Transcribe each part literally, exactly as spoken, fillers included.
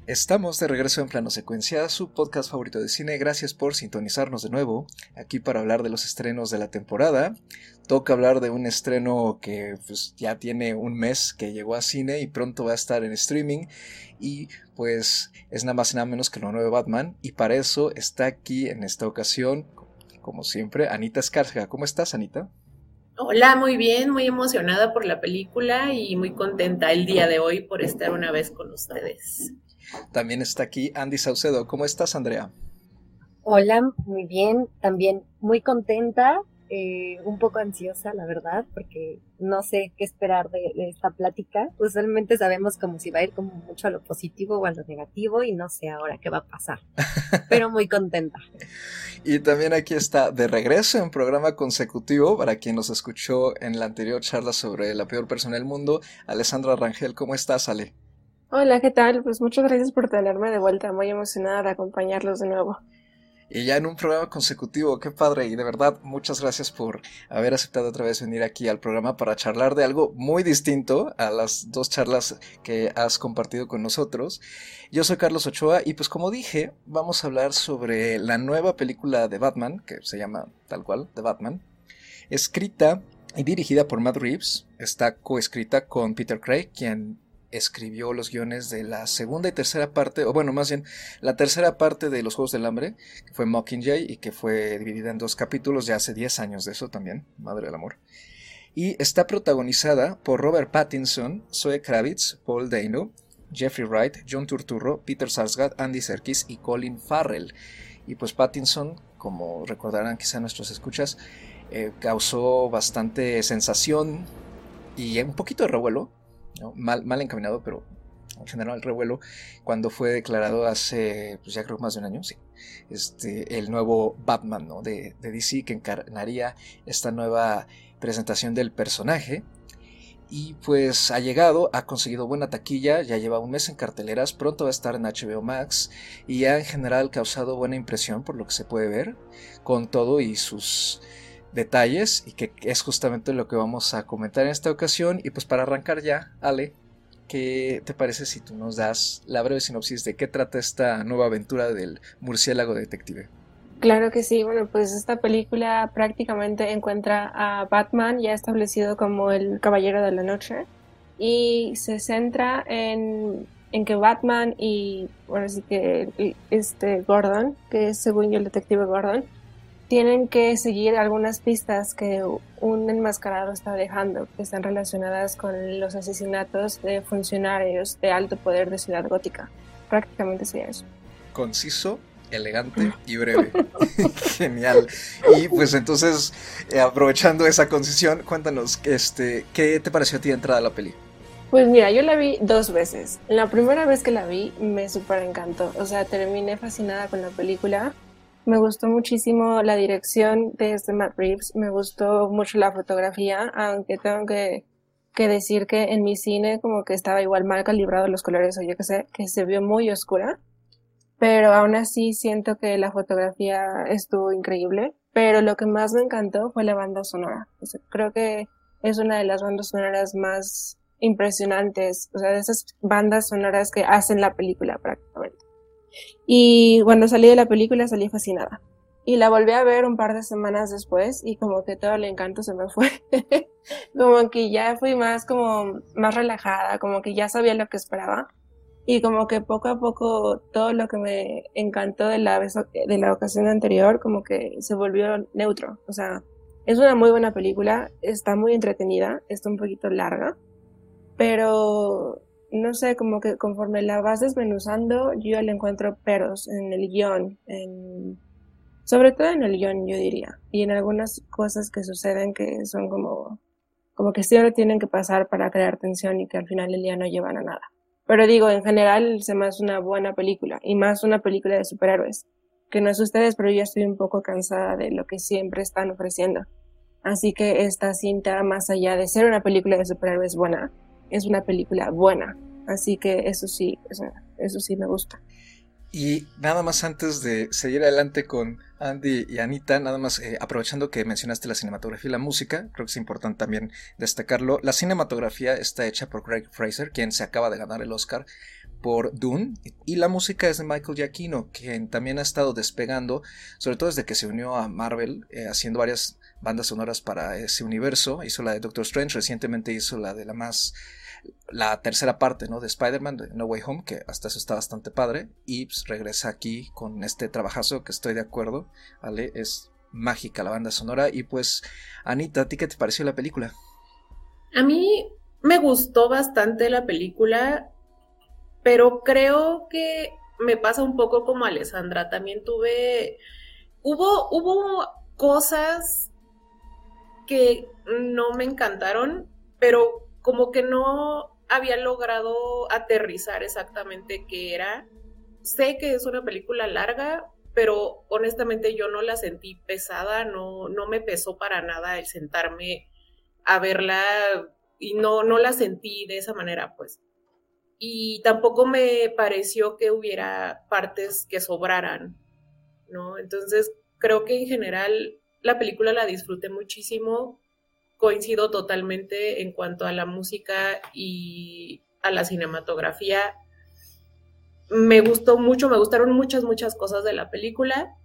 Estamos de regreso en Plano Secuencia, su podcast favorito de cine. Gracias por sintonizarnos de nuevo, aquí para hablar de los estrenos de la temporada. Toca hablar de un estreno que pues, ya tiene un mes que llegó a cine y pronto va a estar en streaming. Y pues es nada más y nada menos que lo nuevo de Batman. Y para eso está aquí en esta ocasión, como siempre, Anita Escárcega. ¿Cómo estás, Anita? Hola, muy bien, muy emocionada por la película y muy contenta el día de hoy por estar una vez con ustedes. También está aquí Andy Saucedo. ¿Cómo estás, Andrea? Hola, muy bien, también muy contenta, eh, un poco ansiosa, la verdad, porque no sé qué esperar de, de esta plática. Usualmente sabemos como si va a ir como mucho a lo positivo o a lo negativo y no sé ahora qué va a pasar, pero muy contenta. Y también aquí está de regreso en programa consecutivo, para quien nos escuchó en la anterior charla sobre la peor persona del mundo, Alessandra Rangel. ¿Cómo estás, Ale? Hola, ¿qué tal? Pues muchas gracias por tenerme de vuelta, muy emocionada de acompañarlos de nuevo. Y ya en un programa consecutivo, qué padre, y de verdad muchas gracias por haber aceptado otra vez venir aquí al programa para charlar de algo muy distinto a las dos charlas que has compartido con nosotros. Yo soy Carlos Ochoa y pues como dije, vamos a hablar sobre la nueva película de Batman, que se llama tal cual, The Batman, escrita y dirigida por Matt Reeves. Está coescrita con Peter Craig, quien escribió los guiones de la segunda y tercera parte, o bueno, más bien la tercera parte de Los Juegos del Hambre, que fue Mockingjay y que fue dividida en dos capítulos ya hace diez años de eso también, madre del amor. Y está protagonizada por Robert Pattinson, Zoe Kravitz, Paul Dano, Jeffrey Wright, John Turturro, Peter Sarsgaard, Andy Serkis y Colin Farrell. Y pues Pattinson, como recordarán quizá nuestros escuchas, eh, causó bastante sensación y un poquito de revuelo, ¿no? Mal, mal encaminado, pero en general el revuelo, cuando fue declarado hace, pues ya creo más de un año, sí, este, el nuevo Batman, ¿no? de, de D C, que encarnaría esta nueva presentación del personaje. Y pues ha llegado, ha conseguido buena taquilla, ya lleva un mes en carteleras, pronto va a estar en H B O Max y ha en general causado buena impresión por lo que se puede ver, con todo y sus detalles, y que es justamente lo que vamos a comentar en esta ocasión. Y pues para arrancar ya, Ale, ¿qué te parece si tú nos das la breve sinopsis de qué trata esta nueva aventura del murciélago detective? Claro que sí, bueno, pues esta película prácticamente encuentra a Batman ya establecido como el Caballero de la Noche y se centra en, en que Batman y, bueno, sí que este Gordon, que es según yo el detective Gordon, tienen que seguir algunas pistas que un enmascarado está dejando, que están relacionadas con los asesinatos de funcionarios de alto poder de Ciudad Gótica. Prácticamente sería eso. Conciso, elegante y breve. Genial. Y pues entonces, eh, aprovechando esa concisión, cuéntanos, este, ¿qué te pareció a ti de entrada a la peli? Pues mira, yo la vi dos veces. La primera vez que la vi me súper encantó. O sea, terminé fascinada con la película. Me gustó muchísimo la dirección de este Matt Reeves, me gustó mucho la fotografía, aunque tengo que, que decir que en mi cine como que estaba igual mal calibrado los colores o yo qué sé, que se vio muy oscura, pero aún así siento que la fotografía estuvo increíble, pero lo que más me encantó fue la banda sonora. O sea, creo que es una de las bandas sonoras más impresionantes, o sea, de esas bandas sonoras que hacen la película prácticamente. Y cuando salí de la película salí fascinada. Y la volví a ver un par de semanas después y como que todo el encanto se me fue. Como que ya fui más como más relajada, como que ya sabía lo que esperaba. Y como que poco a poco todo lo que me encantó de la, vez, de la ocasión anterior como que se volvió neutro. O sea, es una muy buena película, está muy entretenida, está un poquito larga, pero no sé, como que conforme la vas desmenuzando, yo le encuentro peros en el guión, en, sobre todo en el guión, yo diría, y en algunas cosas que suceden que son como, como que siempre tienen que pasar para crear tensión y que al final del día no llevan a nada. Pero digo, en general se me hace una buena película, y más una película de superhéroes, que no sé ustedes, pero yo estoy un poco cansada de lo que siempre están ofreciendo. Así que esta cinta, más allá de ser una película de superhéroes buena, es una película buena, así que eso sí, eso, eso sí me gusta. Y nada más antes de seguir adelante con Andy y Anita, nada más eh, aprovechando que mencionaste la cinematografía y la música, creo que es importante también destacarlo. La cinematografía está hecha por Greig Fraser, quien se acaba de ganar el Oscar por Dune, y la música es de Michael Giacchino, quien también ha estado despegando, sobre todo desde que se unió a Marvel, eh, haciendo varias bandas sonoras para ese universo. Hizo la de Doctor Strange, recientemente hizo la de la más la tercera parte, ¿no?, de Spider-Man, de No Way Home, que hasta eso está bastante padre, y pues regresa aquí con este trabajazo que estoy de acuerdo, ¿vale? Es mágica la banda sonora. Y pues, Anita, ¿a ti qué te pareció la película? A mí me gustó bastante la película, pero creo que me pasa un poco como a Alessandra. También tuve, hubo, hubo cosas que no me encantaron, pero como que no había logrado aterrizar exactamente qué era. Sé que es una película larga, pero honestamente yo no la sentí pesada, no, no me pesó para nada el sentarme a verla y no, no la sentí de esa manera, pues. Y tampoco me pareció que hubiera partes que sobraran, ¿no? Entonces creo que en general la película la disfruté muchísimo. Coincido totalmente en cuanto a la música y a la cinematografía. Me gustó mucho, me gustaron muchas, muchas cosas de la película.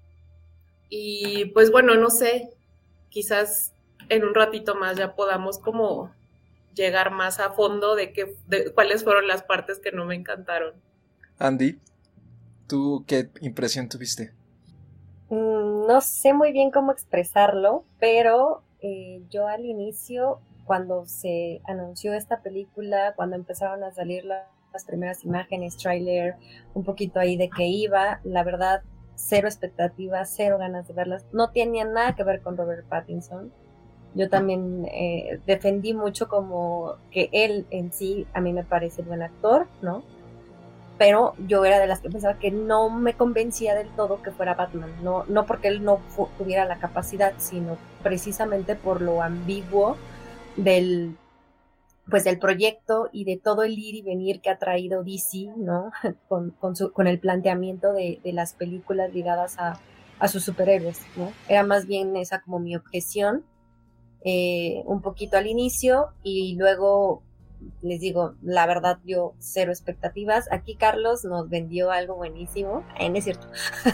Y pues bueno, no sé, quizás en un ratito más ya podamos como llegar más a fondo de, qué, de cuáles fueron las partes que no me encantaron. Andy, ¿tú qué impresión tuviste? Mm, no sé muy bien cómo expresarlo, pero eh, yo al inicio, cuando se anunció esta película, cuando empezaron a salir la, las primeras imágenes, tráiler, un poquito ahí de qué iba, la verdad, cero expectativas, cero ganas de verlas. No tenía nada que ver con Robert Pattinson. Yo también eh, defendí mucho como que él en sí, a mí me parece buen actor, ¿no? Pero yo era de las que pensaba que no me convencía del todo que fuera Batman, no, no porque él no fu- tuviera la capacidad, sino precisamente por lo ambiguo del, pues del proyecto y de todo el ir y venir que ha traído D C, ¿no? Con, con, su, con el planteamiento de, de las películas ligadas a, a sus superhéroes, ¿no? Era más bien esa como mi objeción, eh, un poquito al inicio, y luego les digo, la verdad, yo cero expectativas. Aquí Carlos nos vendió algo buenísimo. Eh, no es cierto.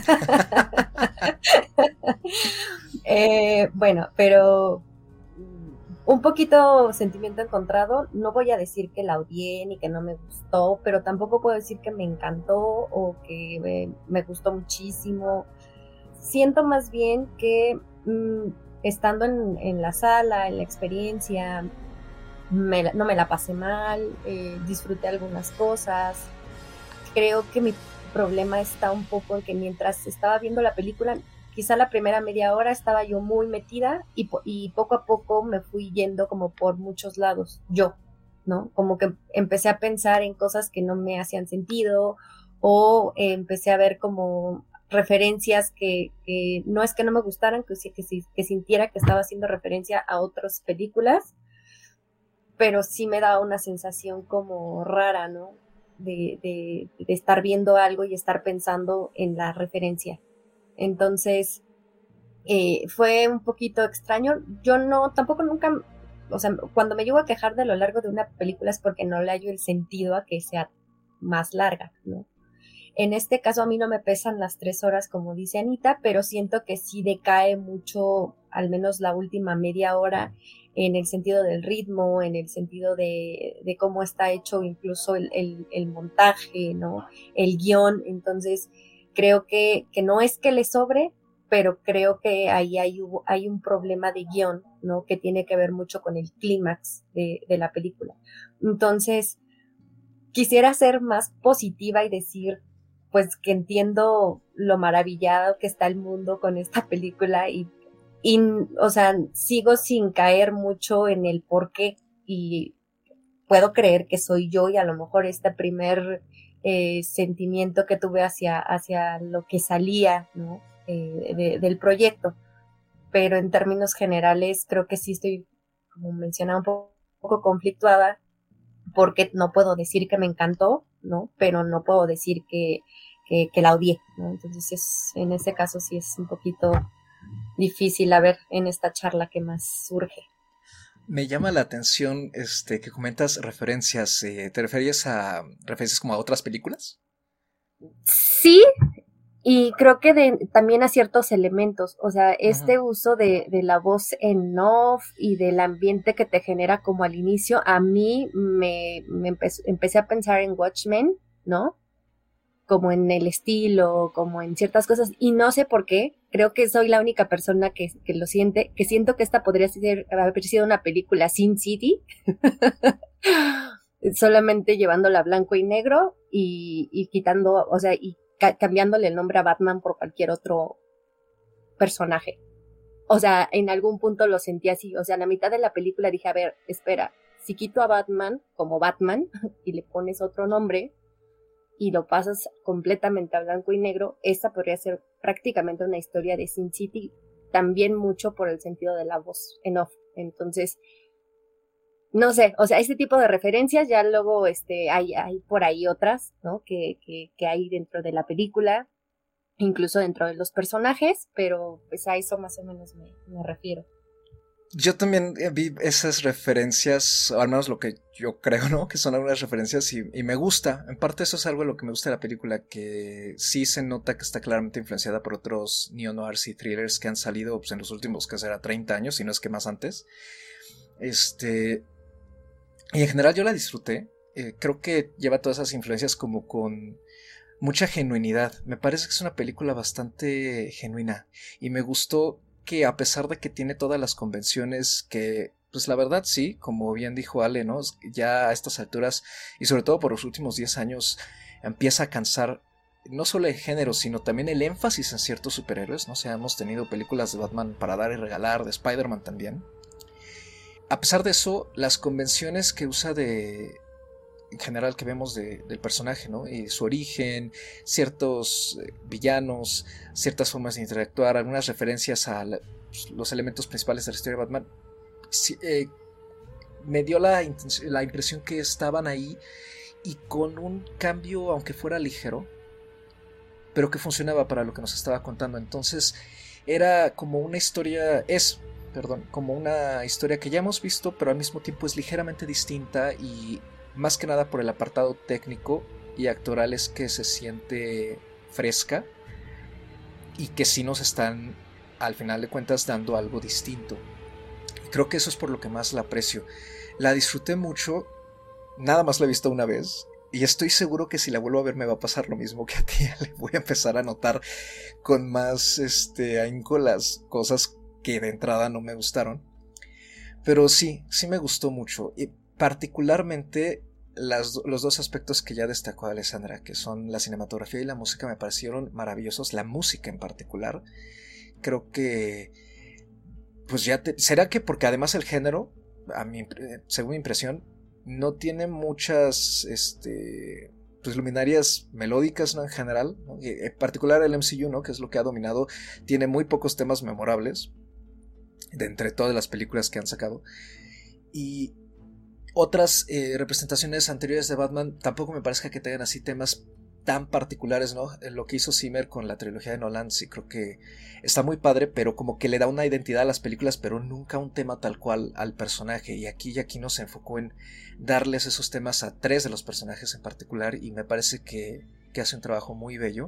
eh, bueno, pero un poquito sentimiento encontrado. No voy a decir que la odié ni que no me gustó, pero tampoco puedo decir que me encantó o que me, me gustó muchísimo. Siento más bien que mmm, estando en, en la sala, en la experiencia, me, no me la pasé mal, eh, disfruté algunas cosas. Creo que mi problema está un poco en que mientras estaba viendo la película, quizá la primera media hora estaba yo muy metida y, y poco a poco me fui yendo como por muchos lados, yo, ¿no? Como que empecé a pensar en cosas que no me hacían sentido, o eh, empecé a ver como referencias que, que no es que no me gustaran, que, que, que sintiera que estaba haciendo referencia a otras películas, pero sí me daba una sensación como rara, ¿no? De, de, de estar viendo algo y estar pensando en la referencia. Entonces, eh, fue un poquito extraño. Yo no, tampoco nunca, o sea, cuando me llego a quejar de lo largo de una película es porque no le hallo el sentido a que sea más larga, ¿no? En este caso a mí no me pesan las tres horas como dice Anita, pero siento que sí decae mucho, al menos la última media hora, en el sentido del ritmo, en el sentido de, de cómo está hecho incluso el, el, el montaje, ¿no? El guión. Entonces creo que, que no es que le sobre, pero creo que ahí hay, hay un problema de guión, ¿no? Que tiene que ver mucho con el clímax de, de la película. Entonces quisiera ser más positiva y decir, pues que entiendo lo maravillado que está el mundo con esta película y, y, o sea, sigo sin caer mucho en el por qué, y puedo creer que soy yo y a lo mejor este primer eh, sentimiento que tuve hacia, hacia lo que salía, ¿no? eh, de, del proyecto, pero en términos generales creo que sí estoy, como mencionaba, un poco, un poco conflictuada, porque no puedo decir que me encantó, ¿no? Pero no puedo decir que, que, que la odié, ¿no? Entonces es, en ese caso sí es un poquito difícil a ver en esta charla qué más surge. Me llama la atención este, que comentas referencias. Eh, ¿te refieres a referencias como a otras películas? Sí, y creo que de, también a ciertos elementos, o sea, este uh-huh. uso de, de la voz en off y del ambiente que te genera como al inicio, a mí me, me empe- empecé a pensar en Watchmen, ¿no? Como en el estilo, como en ciertas cosas, y no sé por qué, creo que soy la única persona que, que lo siente, que siento que esta podría ser, haber sido una película Sin City, solamente llevándola blanco y negro y, y quitando, o sea, y ca- cambiándole el nombre a Batman por cualquier otro personaje. O sea, en algún punto lo sentí así, o sea, a la mitad de la película dije, a ver, espera, si quito a Batman como Batman y le pones otro nombre, y lo pasas completamente a blanco y negro, esta podría ser prácticamente una historia de Sin City, también mucho por el sentido de la voz en off. Entonces, no sé, o sea, este tipo de referencias, ya luego este, hay, hay por ahí otras, ¿no? Que, que, que hay dentro de la película, incluso dentro de los personajes, pero pues a eso más o menos me, me refiero. Yo también vi esas referencias, o al menos lo que yo creo, ¿no? Que son algunas referencias y, y me gusta. En parte eso es algo de lo que me gusta de la película, que sí se nota que está claramente influenciada por otros neo-noirs y thrillers que han salido pues, en los últimos, que será treinta años, si no es que más antes. Este... Y en general yo la disfruté. Eh, creo que lleva todas esas influencias como con mucha genuinidad. Me parece que es una película bastante genuina y me gustó que a pesar de que tiene todas las convenciones que, pues la verdad sí, como bien dijo Ale, ¿no? Ya a estas alturas y sobre todo por los últimos diez años empieza a cansar no solo el género, sino también el énfasis en ciertos superhéroes, ¿no? O sea, hemos tenido películas de Batman para dar y regalar, de Spider-Man también. A pesar de eso, las convenciones que usa de... en general que vemos de, del personaje, ¿no? Y su origen, ciertos eh, villanos, ciertas formas de interactuar, algunas referencias a la, pues, los elementos principales de la historia de Batman, sí, eh, me dio la, la impresión que estaban ahí y con un cambio, aunque fuera ligero, pero que funcionaba para lo que nos estaba contando. Entonces era como una historia, es... perdón, como una historia que ya hemos visto, pero al mismo tiempo es ligeramente distinta y más que nada por el apartado técnico y actoral es que se siente fresca y que sí nos están al final de cuentas dando algo distinto. Creo que eso es por lo que más la aprecio. La disfruté mucho, nada más la he visto una vez y estoy seguro que si la vuelvo a ver me va a pasar lo mismo que a ti. Le voy a empezar a notar con más este, ahínco las cosas que de entrada no me gustaron. Pero sí, sí me gustó mucho. Y particularmente las, los dos aspectos que ya destacó Alessandra, que son la cinematografía y la música, me parecieron maravillosos. La música en particular. Creo que... Pues ya te... ¿Será que porque además el género, a mi, según mi impresión, no tiene muchas... este pues luminarias melódicas, ¿no? En general, ¿no? En particular el M C U, ¿no? Que es lo que ha dominado, tiene muy pocos temas memorables de entre todas las películas que han sacado. Y otras eh, representaciones anteriores de Batman tampoco me parece que tengan así temas tan particulares, ¿no? Lo que hizo Zimmer con la trilogía de Nolan sí creo que está muy padre, pero como que le da una identidad a las películas, pero nunca un tema tal cual al personaje. Y aquí Giacchino se enfocó en darles esos temas a tres de los personajes en particular y me parece que, que hace un trabajo muy bello.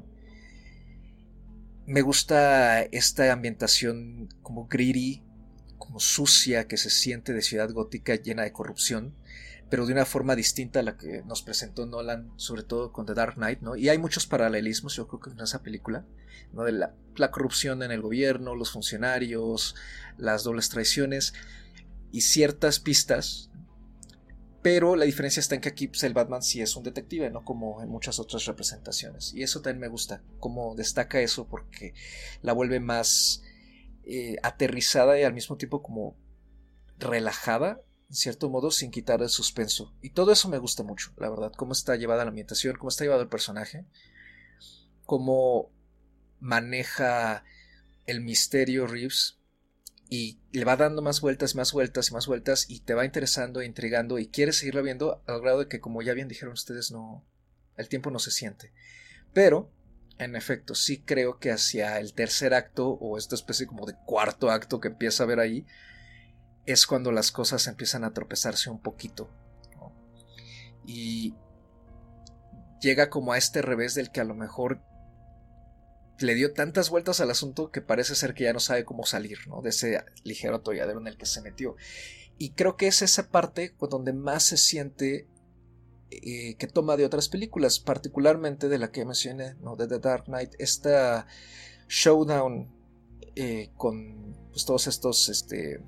Me gusta esta ambientación como gritty, como sucia, que se siente de ciudad gótica llena de corrupción, pero de una forma distinta a la que nos presentó Nolan, sobre todo con The Dark Knight, ¿no? Y hay muchos paralelismos, yo creo que en esa película, ¿no? De la, la corrupción en el gobierno, los funcionarios, las dobles traiciones y ciertas pistas, pero la diferencia está en que aquí pues, el Batman sí es un detective, no como en muchas otras representaciones, y eso también me gusta, cómo destaca eso, porque la vuelve más eh, aterrizada y al mismo tiempo como relajada, en cierto modo, sin quitar el suspenso. Y todo eso me gusta mucho, la verdad. Cómo está llevada la ambientación, cómo está llevado el personaje, cómo maneja el misterio Reeves y le va dando más vueltas, más vueltas y más vueltas y te va interesando e intrigando y quieres seguirlo viendo al grado de que, como ya bien dijeron ustedes, no, el tiempo no se siente. Pero, en efecto, sí creo que hacia el tercer acto o esta especie como de cuarto acto que empieza a ver ahí, es cuando las cosas empiezan a tropezarse un poquito, ¿no? Y llega como a este revés del que a lo mejor le dio tantas vueltas al asunto que parece ser que ya no sabe cómo salir, ¿no? De ese ligero atolladero en el que se metió. Y creo que es esa parte donde más se siente eh, que toma de otras películas, particularmente de la que mencioné, ¿no? De The Dark Knight, esta showdown eh, con pues, todos estos, este,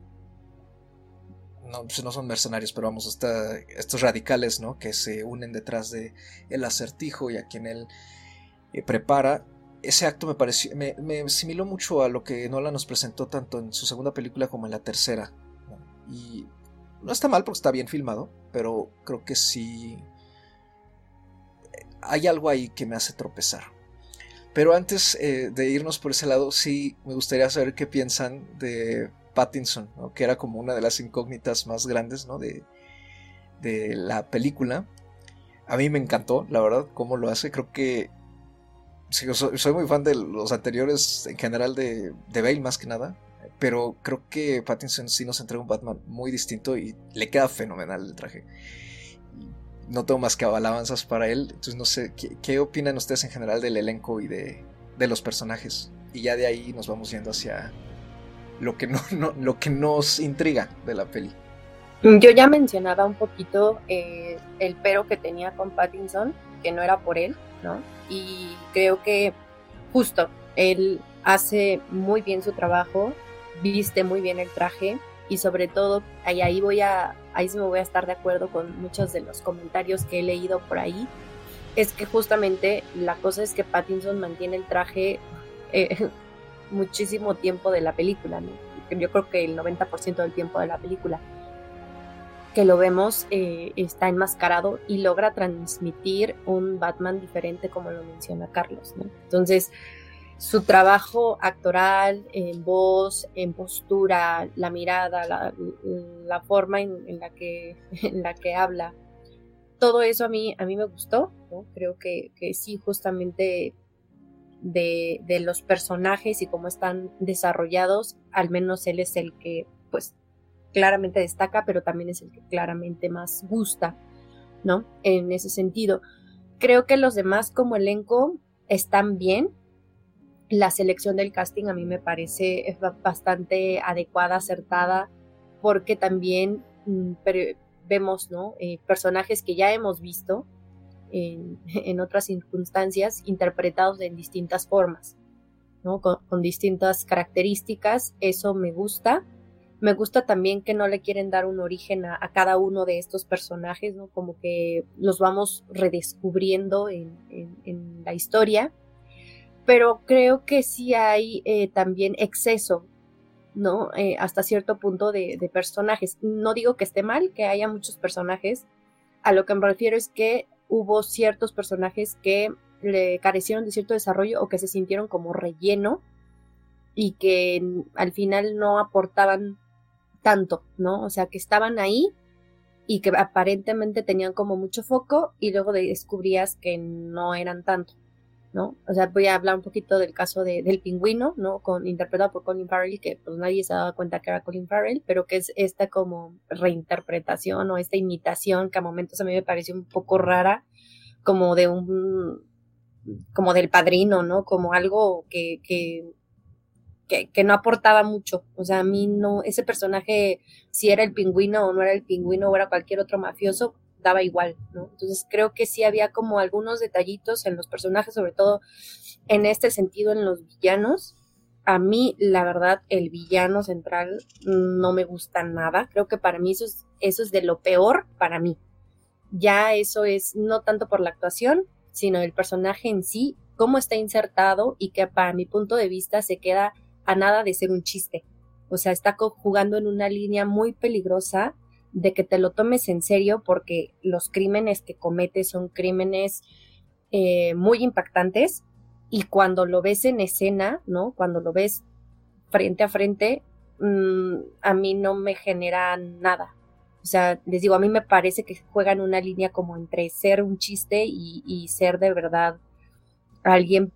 no, pues no son mercenarios, pero vamos, esta, estos radicales, ¿no? Que se unen detrás de el Acertijo y a quien él eh, prepara. Ese acto me pareció, me, me asimiló mucho a lo que Nolan nos presentó tanto en su segunda película como en la tercera, ¿no? Y no está mal porque está bien filmado, pero creo que sí hay algo ahí que me hace tropezar. Pero antes eh, de irnos por ese lado, sí me gustaría saber qué piensan de Pattinson, ¿no? Que era como una de las incógnitas más grandes, ¿no? de, de la película. A mí me encantó, la verdad, cómo lo hace. Creo que sí, soy, soy muy fan de los anteriores en general de, de Bale más que nada, pero creo que Pattinson sí nos entrega un Batman muy distinto y le queda fenomenal el traje. No tengo más que alabanzas para él. Entonces no sé, ¿qué, qué opinan ustedes en general del elenco y de, de los personajes? Y ya de ahí nos vamos yendo hacia lo que, no, no, lo que nos intriga de la peli. Yo ya mencionaba un poquito eh, el pero que tenía con Pattinson, que no era por él, ¿no? Y creo que justo él hace muy bien su trabajo, viste muy bien el traje y sobre todo ahí, ahí voy a ahí sí me voy a estar de acuerdo con muchos de los comentarios que he leído por ahí, es que justamente la cosa es que Pattinson mantiene el traje eh, muchísimo tiempo de la película, ¿no? Yo creo que el noventa por ciento del tiempo de la película que lo vemos eh, está enmascarado y logra transmitir un Batman diferente, como lo menciona Carlos, ¿no? Entonces, su trabajo actoral, en voz, en postura, la mirada, la, la forma en, en, la que, en la que habla, todo eso a mí, a mí me gustó, ¿no? Creo que, que sí, justamente de, de los personajes y cómo están desarrollados, al menos él es el que, pues, claramente destaca, pero también es el que claramente más gusta, ¿no? En ese sentido. Creo que los demás como elenco están bien. La selección del casting a mí me parece bastante adecuada, acertada, porque también mmm, pero, vemos, ¿no? Eh, personajes que ya hemos visto en, en otras circunstancias interpretados en distintas formas, ¿no? Con, con distintas características. Eso me gusta. Me gusta también que no le quieren dar un origen a, a cada uno de estos personajes, ¿no? Como que los vamos redescubriendo en, en, en la historia, pero creo que sí hay eh, también exceso, ¿no? Eh, hasta cierto punto de, de personajes. No digo que esté mal que haya muchos personajes, a lo que me refiero es que hubo ciertos personajes que le carecieron de cierto desarrollo o que se sintieron como relleno y que al final no aportaban tanto, ¿no? O sea, que estaban ahí y que aparentemente tenían como mucho foco y luego descubrías que no eran tanto, ¿no? O sea, voy a hablar un poquito del caso de, del Pingüino, ¿no? Con, interpretado por Colin Farrell, que pues nadie se daba cuenta que era Colin Farrell, pero que es esta como reinterpretación o esta imitación que a momentos a mí me pareció un poco rara, como de un, como del Padrino, ¿no? Como algo que, que Que, que no aportaba mucho. O sea, a mí no, ese personaje, si era el Pingüino o no era el Pingüino o era cualquier otro mafioso, daba igual, ¿no? Entonces creo que sí había como algunos detallitos en los personajes, sobre todo en este sentido en los villanos. A mí, la verdad, el villano central no me gusta nada. Creo que para mí eso es, eso es de lo peor para mí. Ya eso es no tanto por la actuación, sino el personaje en sí, cómo está insertado y que para mi punto de vista se queda a nada de ser un chiste. O sea, está jugando en una línea muy peligrosa de que te lo tomes en serio porque los crímenes que comete son crímenes eh, muy impactantes y cuando lo ves en escena, ¿no? Cuando lo ves frente a frente, mmm, a mí no me genera nada. O sea, les digo, a mí me parece que juegan una línea como entre ser un chiste y, y ser de verdad alguien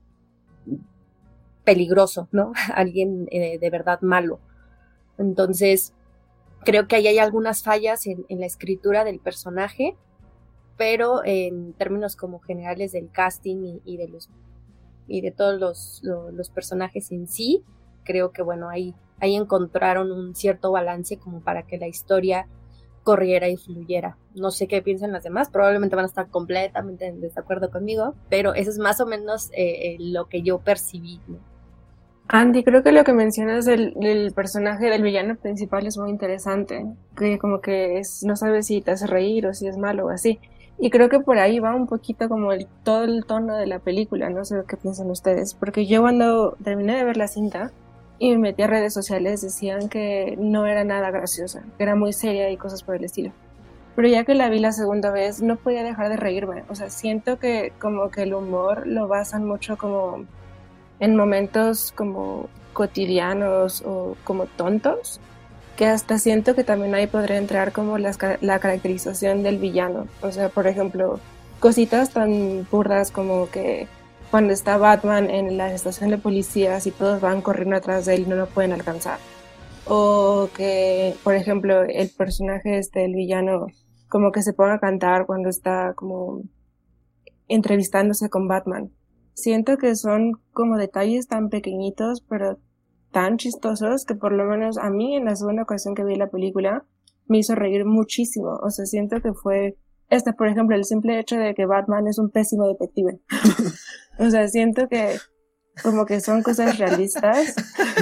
peligroso, ¿no? Alguien eh, de verdad malo. Entonces, Creo que ahí hay algunas fallas en, en la escritura del personaje, pero en términos como generales del casting y, y de los y de todos los, los, los personajes en sí, creo que bueno, ahí, ahí encontraron un cierto balance como para que la historia corriera y fluyera. No sé qué piensan las demás, probablemente van a estar completamente en desacuerdo conmigo, pero eso es más o menos eh, lo que yo percibí, ¿no? Andy, creo que lo que mencionas del, del personaje del villano principal es muy interesante, que como que es, no sabes si te hace reír o si es malo o así, y creo que por ahí va un poquito como el, todo el tono de la película, no sé qué piensan ustedes, porque yo cuando terminé de ver la cinta y me metí a redes sociales decían que no era nada graciosa, que era muy seria y cosas por el estilo, pero ya que la vi la segunda vez no podía dejar de reírme, o sea, siento que como que el humor lo basan mucho como en momentos como cotidianos o como tontos, que hasta siento que también ahí podría entrar como las, la caracterización del villano. O sea, por ejemplo, cositas tan burdas como que cuando está Batman en la estación de policías y todos van corriendo atrás de él y no lo pueden alcanzar. O que, por ejemplo, el personaje este, el villano, como que se ponga a cantar cuando está como entrevistándose con Batman. Siento que son como detalles tan pequeñitos, pero tan chistosos, que por lo menos a mí en la segunda ocasión que vi la película me hizo reír muchísimo. O sea, siento que fue, este, por ejemplo, el simple hecho de que Batman es un pésimo detective. O sea, siento que como que son cosas realistas.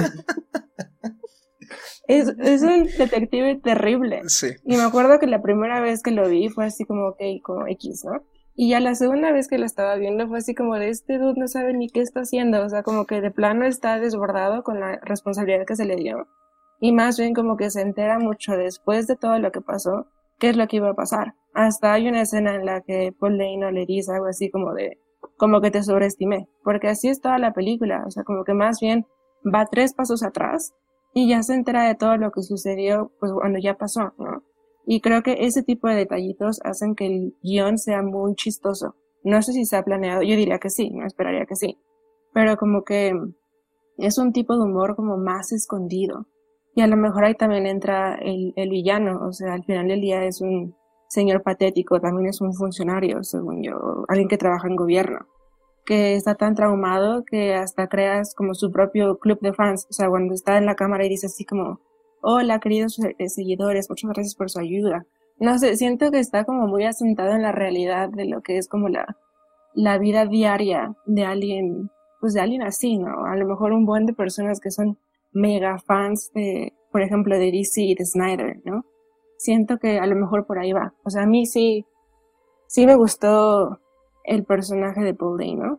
Es, es un detective terrible. Sí. Y me acuerdo que la primera vez que lo vi fue así como, ok, como X, ¿no? Y ya la segunda vez que lo estaba viendo fue así como de este dude no sabe ni qué está haciendo, o sea, como que de plano está desbordado con la responsabilidad que se le dio. Y más bien como que se entera mucho después de todo lo que pasó, qué es lo que iba a pasar. Hasta hay una escena en la que Paul Dano le dice algo así como de, como que te sobreestimé, porque así es toda la película, o sea, como que más bien va tres pasos atrás y ya se entera de todo lo que sucedió, pues cuando ya pasó, ¿no? Y creo que ese tipo de detallitos hacen que el guión sea muy chistoso. No sé si se ha planeado, yo diría que sí, no esperaría que sí. Pero como que es un tipo de humor como más escondido. Y a lo mejor ahí también entra el, el villano, o sea, al final del día es un señor patético, también es un funcionario, según yo, alguien que trabaja en gobierno, que está tan traumado que hasta creas como su propio club de fans, o sea, cuando está en la cámara y dice así como, hola queridos seguidores, muchas gracias por su ayuda. No sé, siento que está como muy asentado en la realidad de lo que es como la, la vida diaria de alguien, pues de alguien así, ¿no? A lo mejor un buen de personas que son mega fans de, por ejemplo, de D C y de Snyder, ¿no? Siento que a lo mejor por ahí va. O sea, a mí sí, sí me gustó el personaje de Paul Dano.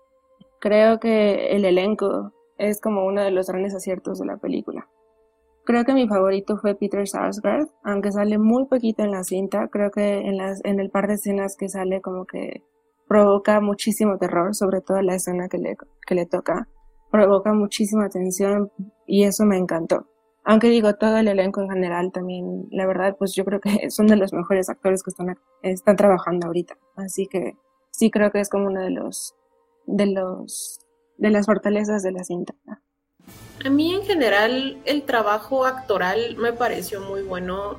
Creo que el elenco es como uno de los grandes aciertos de la película. Creo que mi favorito fue Peter Sarsgaard, aunque sale muy poquito en la cinta. Creo que en, las, en el par de escenas que sale como que provoca muchísimo terror, sobre todo la escena que le, que le toca. Provoca muchísima tensión y eso me encantó. Aunque digo, todo el elenco en general también, la verdad, pues yo creo que son de los mejores actores que están, están trabajando ahorita. Así que sí creo que es como uno de los, de los, de las fortalezas de la cinta. A mí en general el trabajo actoral me pareció muy bueno,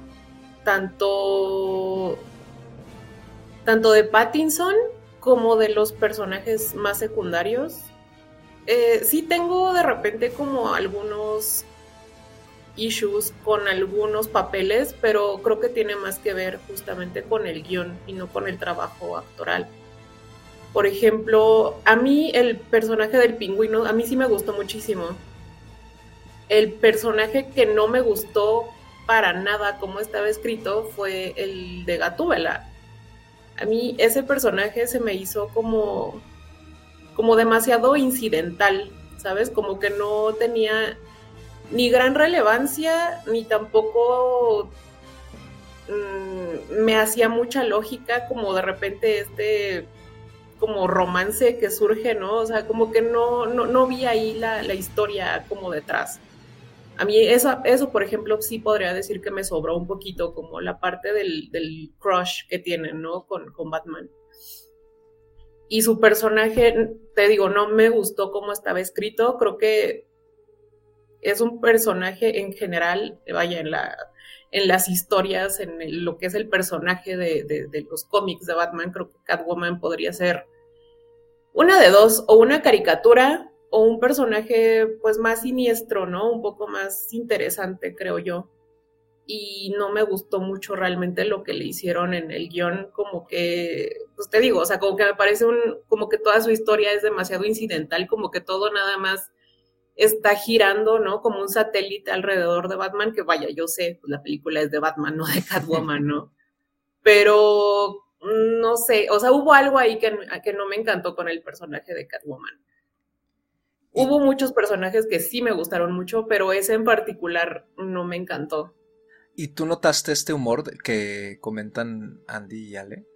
tanto, tanto de Pattinson como de los personajes más secundarios. Eh, sí tengo de repente como algunos issues con algunos papeles, pero creo que tiene más que ver justamente con el guión y no con el trabajo actoral. Por ejemplo, a mí el personaje del pingüino, a mí sí me gustó muchísimo. El personaje que no me gustó para nada como estaba escrito fue el de Gatúbela. A mí ese personaje se me hizo como, como demasiado incidental, ¿sabes? Como que no tenía ni gran relevancia, ni tampoco mmm, me hacía mucha lógica como de repente este como romance que surge, ¿no? O sea, como que no, no, no vi ahí la, la historia como detrás. A mí eso, eso, por ejemplo, sí podría decir que me sobró un poquito, como la parte del, del crush que tienen, ¿no? Con, con Batman. Y su personaje, te digo, no me gustó cómo estaba escrito. Creo que es un personaje en general, vaya, en la... en las historias, en el, lo que es el personaje de, de, de los cómics de Batman, creo que Catwoman podría ser una de dos, o una caricatura, o un personaje pues más siniestro, ¿no? Un poco más interesante, creo yo. Y no me gustó mucho realmente lo que le hicieron en el guión, como que, pues te digo, o sea, como que me parece un, como que toda su historia es demasiado incidental, como que todo nada más está girando, ¿no? Como un satélite alrededor de Batman, que vaya, yo sé, pues la película es de Batman, no de Catwoman, ¿no? Pero, no sé, o sea, hubo algo ahí que, que no me encantó con el personaje de Catwoman. Y... hubo muchos personajes que sí me gustaron mucho, pero ese en particular no me encantó. ¿Y tú notaste este humor que comentan Andy y Ale?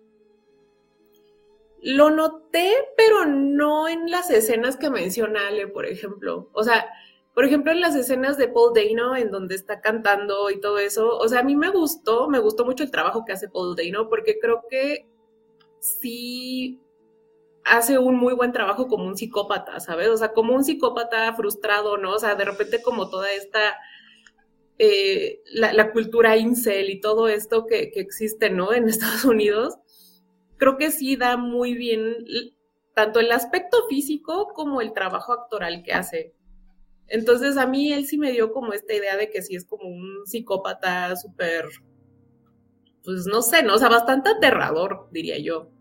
Lo noté, pero no en las escenas que menciona Ale, por ejemplo. O sea, por ejemplo, en las escenas de Paul Dano, en donde está cantando y todo eso, o sea, a mí me gustó, me gustó mucho el trabajo que hace Paul Dano, porque creo que sí hace un muy buen trabajo como un psicópata, ¿sabes? O sea, como un psicópata frustrado, ¿no? O sea, de repente como toda esta... Eh, la, la cultura incel y todo esto que, que existe, ¿no? En Estados Unidos, creo que sí da muy bien tanto el aspecto físico como el trabajo actoral que hace. Entonces a mí él sí me dio como esta idea de que sí es como un psicópata súper, pues no sé, ¿no? O sea, bastante aterrador, diría yo.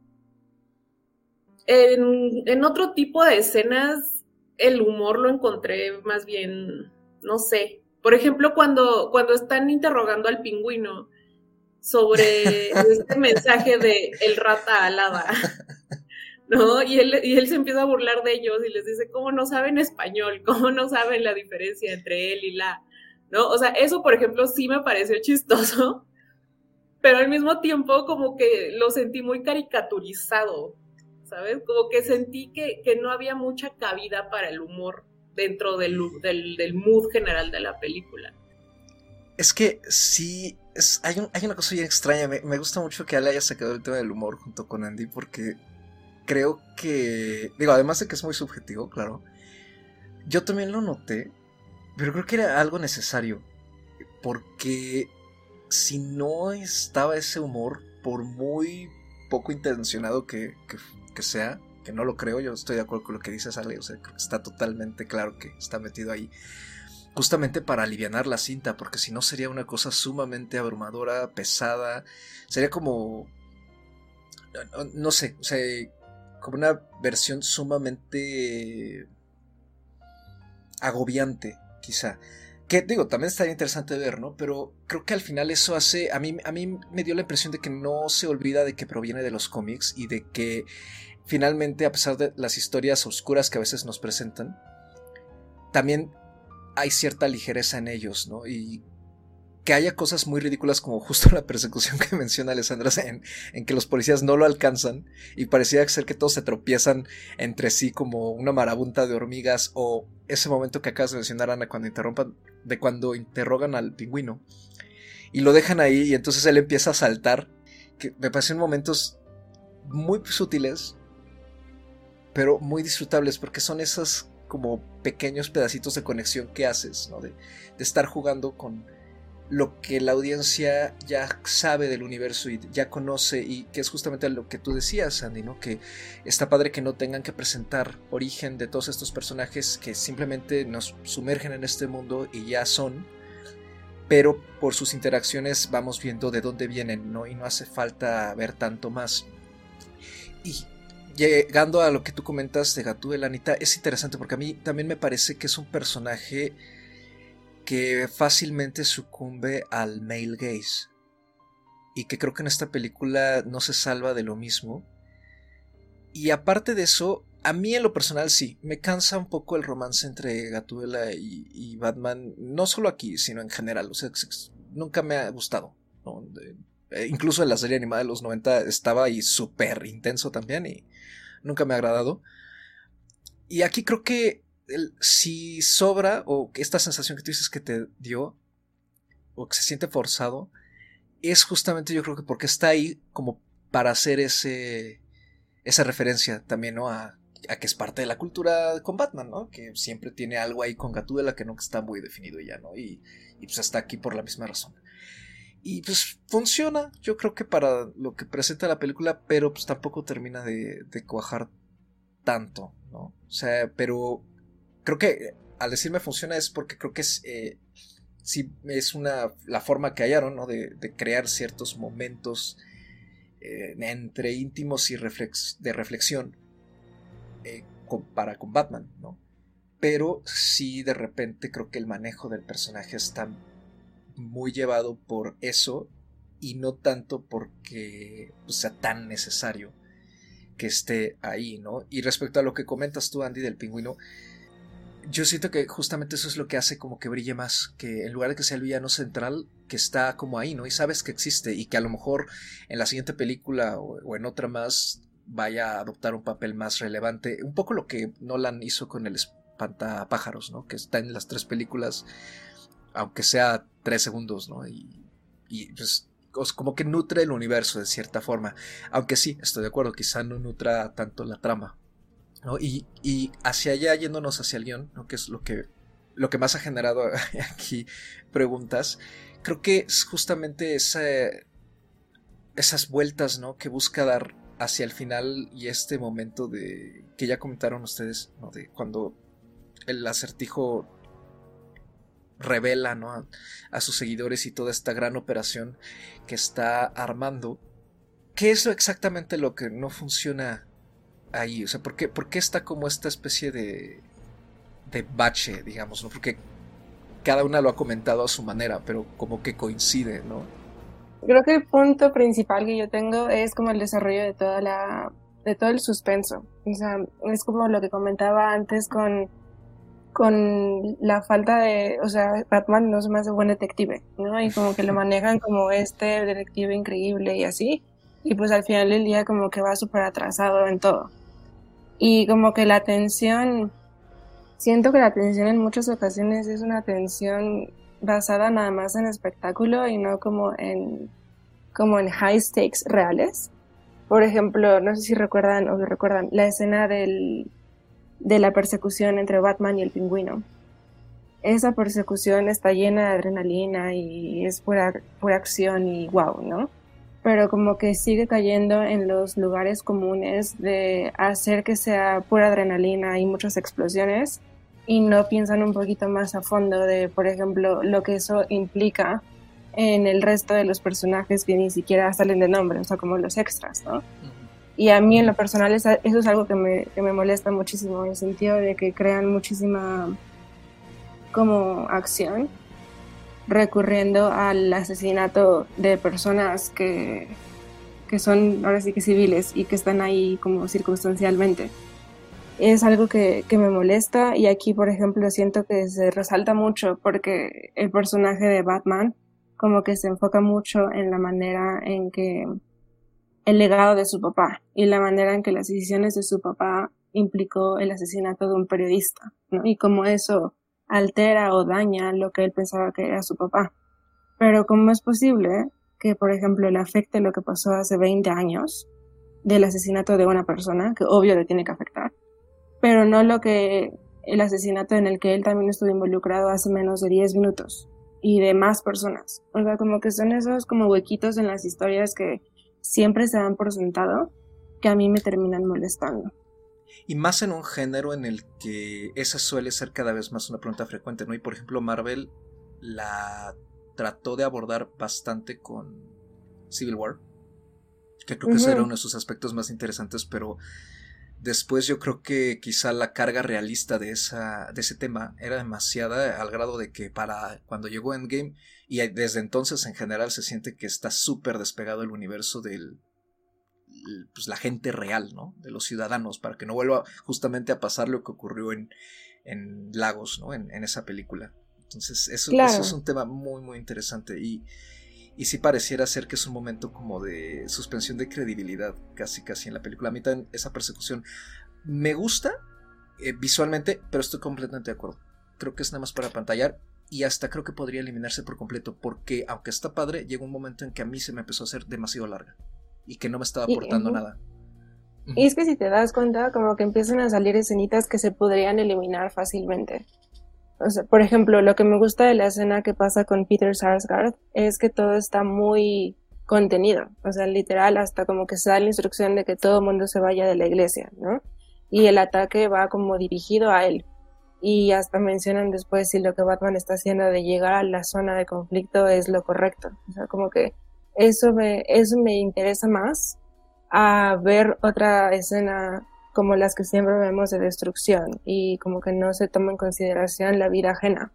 En, en otro tipo de escenas, el humor lo encontré más bien, no sé. Por ejemplo, cuando, cuando están interrogando al pingüino sobre este mensaje de el rata alada, ¿no? Y él, y él se empieza a burlar de ellos y les dice, ¿cómo no saben español? ¿Cómo no saben la diferencia entre él y la? ¿No? O sea, eso, por ejemplo, sí me pareció chistoso, pero al mismo tiempo como que lo sentí muy caricaturizado, ¿sabes? Como que sentí que, que no había mucha cabida para el humor dentro del, del, del mood general de la película. Es que sí, es, hay, un, hay una cosa bien extraña. Me, me gusta mucho que Ale haya sacado el tema del humor junto con Andy, porque creo que, digo, además de que es muy subjetivo, claro, yo también lo noté, pero creo que era algo necesario, porque si no estaba ese humor, por muy poco intencionado que, que, que sea, que no lo creo, yo estoy de acuerdo con lo que dices, Ale, o sea, creo que está totalmente claro que está metido ahí justamente para alivianar la cinta, porque si no sería una cosa sumamente abrumadora, pesada, sería como, no, no sé, o sea, como una versión sumamente agobiante, quizá. Que digo, también estaría interesante ver, ¿no? Pero creo que al final eso hace, a mí, a mí me dio la impresión de que no se olvida de que proviene de los cómics y de que finalmente, a pesar de las historias oscuras que a veces nos presentan, también hay cierta ligereza en ellos, ¿no? Y que haya cosas muy ridículas como justo la persecución que menciona Alessandra en, en que los policías no lo alcanzan y parecía ser que todos se tropiezan entre sí como una marabunta de hormigas, o ese momento que acabas de mencionar, Ana, cuando interrumpan, de cuando interrogan al pingüino y lo dejan ahí y entonces él empieza a saltar, que me parecen momentos muy sutiles pero muy disfrutables, porque son esos como pequeños pedacitos de conexión que haces, ¿no? De, de estar jugando con lo que la audiencia ya sabe del universo y ya conoce, y que es justamente lo que tú decías, Andy, ¿no? Que está padre que no tengan que presentar origen de todos estos personajes que simplemente nos sumergen en este mundo y ya son, pero por sus interacciones vamos viendo de dónde vienen, ¿no? Y no hace falta ver tanto más. Y llegando a lo que tú comentas de Gatúbela, Anita, es interesante porque a mí también me parece que es un personaje que fácilmente sucumbe al male gaze y que creo que en esta película no se salva de lo mismo. Y aparte de eso, a mí en lo personal sí, me cansa un poco el romance entre Gatúbela y, y Batman, no solo aquí, sino en general. O sea, nunca me ha gustado, ¿no? De, eh, incluso en la serie animada de los noventa estaba ahí súper intenso también y nunca me ha agradado. Y aquí creo que el, si sobra, o esta sensación que tú dices que te dio, o que se siente forzado, es justamente, yo creo que porque está ahí como para hacer ese esa referencia también, ¿no? A a que es parte de la cultura con Batman, ¿no? Que siempre tiene algo ahí con Gatúbela que nunca está muy definido ya, ¿no? Y, y pues está aquí por la misma razón. Y pues funciona, yo creo que para lo que presenta la película, pero pues tampoco termina de, de cuajar tanto, ¿no? O sea, pero creo que al decirme funciona es porque creo que es... Eh, sí, es una la forma que hallaron, ¿no? De, de crear ciertos momentos eh, entre íntimos y reflex, de reflexión eh, con, para con Batman, ¿no? Pero sí, de repente creo que el manejo del personaje está muy llevado por eso y no tanto porque pues, sea tan necesario que esté ahí, ¿no? Y respecto a lo que comentas tú, Andy, del Pingüino, yo siento que justamente eso es lo que hace como que brille más, que en lugar de que sea el villano central, que está como ahí, ¿no? Y sabes que existe y que a lo mejor en la siguiente película o, o en otra más vaya a adoptar un papel más relevante, un poco lo que Nolan hizo con el Espantapájaros, ¿no? Que está en las tres películas, aunque sea tres segundos, ¿no? Y, y pues como que nutre el universo de cierta forma, aunque sí, estoy de acuerdo, quizá no nutra tanto la trama, ¿no? Y, y hacia allá, yéndonos hacia el guión, ¿no? Que es lo que, lo que más ha generado aquí preguntas, creo que es justamente esa, esas vueltas, ¿no? Que busca dar hacia el final y este momento de que ya comentaron ustedes, ¿no? De cuando el Acertijo revela, ¿no? a, a sus seguidores y toda esta gran operación que está armando. ¿Qué es lo exactamente lo que no funciona ahí? O sea, ¿por qué, por qué está como esta especie de de bache, digamos, ¿no? Porque cada una lo ha comentado a su manera, pero como que coincide, ¿no? Creo que el punto principal que yo tengo es como el desarrollo de toda la de todo el suspenso. O sea, es como lo que comentaba antes con con la falta de, o sea, Batman no se me hace buen detective, ¿no? Y como que lo manejan como este detective increíble y así, y pues al final del día como que va súper atrasado en todo. Y como que la tensión, siento que la tensión en muchas ocasiones es una tensión basada nada más en espectáculo y no como en, como en high stakes reales. Por ejemplo, no sé si recuerdan o recuerdan la escena del de la persecución entre Batman y el Pingüino. Esa persecución está llena de adrenalina y es pura, pura acción y wow, ¿no? Pero como que sigue cayendo en los lugares comunes de hacer que sea pura adrenalina y muchas explosiones y no piensan un poquito más a fondo de, por ejemplo, lo que eso implica en el resto de los personajes que ni siquiera salen de nombre, o sea, como los extras, ¿no? Y a mí en lo personal eso es algo que me, que me molesta muchísimo, en el sentido de que crean muchísima como acción recurriendo al asesinato de personas que, que son ahora sí que civiles y que están ahí como circunstancialmente. Es algo que, que me molesta y aquí, por ejemplo, siento que se resalta mucho porque el personaje de Batman como que se enfoca mucho en la manera en que el legado de su papá y la manera en que las decisiones de su papá implicó el asesinato de un periodista, ¿no? Y cómo eso altera o daña lo que él pensaba que era su papá. Pero ¿cómo es posible que, por ejemplo, le afecte lo que pasó hace veinte años del asesinato de una persona, que obvio le tiene que afectar, pero no lo que el asesinato en el que él también estuvo involucrado hace menos de diez minutos y de más personas? O sea, como que son esos como huequitos en las historias que siempre se dan por sentado, que a mí me terminan molestando. Y más en un género en el que esa suele ser cada vez más una pregunta frecuente, ¿no? Y por ejemplo Marvel la trató de abordar bastante con Civil War, que creo que uh-huh. ese era uno de sus aspectos más interesantes, pero después yo creo que quizá la carga realista de, esa, de ese tema era demasiada, al grado de que para cuando llegó Endgame, y desde entonces en general se siente que está súper despegado el universo del pues la gente real, ¿no? De los ciudadanos, para que no vuelva justamente a pasar lo que ocurrió en, en Lagos, ¿no? En, en esa película. Entonces eso, claro. eso es un tema muy muy interesante y, y sí pareciera ser que es un momento como de suspensión de credibilidad casi casi en la película. A mí también esa persecución me gusta eh, visualmente, pero estoy completamente de acuerdo. Creo que es nada más para pantallar y hasta creo que podría eliminarse por completo, porque aunque está padre, llegó un momento en que a mí se me empezó a hacer demasiado larga y que no me estaba aportando uh-huh. nada. Y es que si te das cuenta, como que empiezan a salir escenitas que se podrían eliminar fácilmente. O sea, por ejemplo, lo que me gusta de la escena que pasa con Peter Sarsgaard es que todo está muy contenido. O sea, literal, hasta como que se da la instrucción de que todo el mundo se vaya de la iglesia, ¿no? Y el ataque va como dirigido a él. Y hasta mencionan después si lo que Batman está haciendo de llegar a la zona de conflicto es lo correcto. O sea, como que eso me, eso me interesa más a ver otra escena como las que siempre vemos de destrucción y como que no se toma en consideración la vida ajena.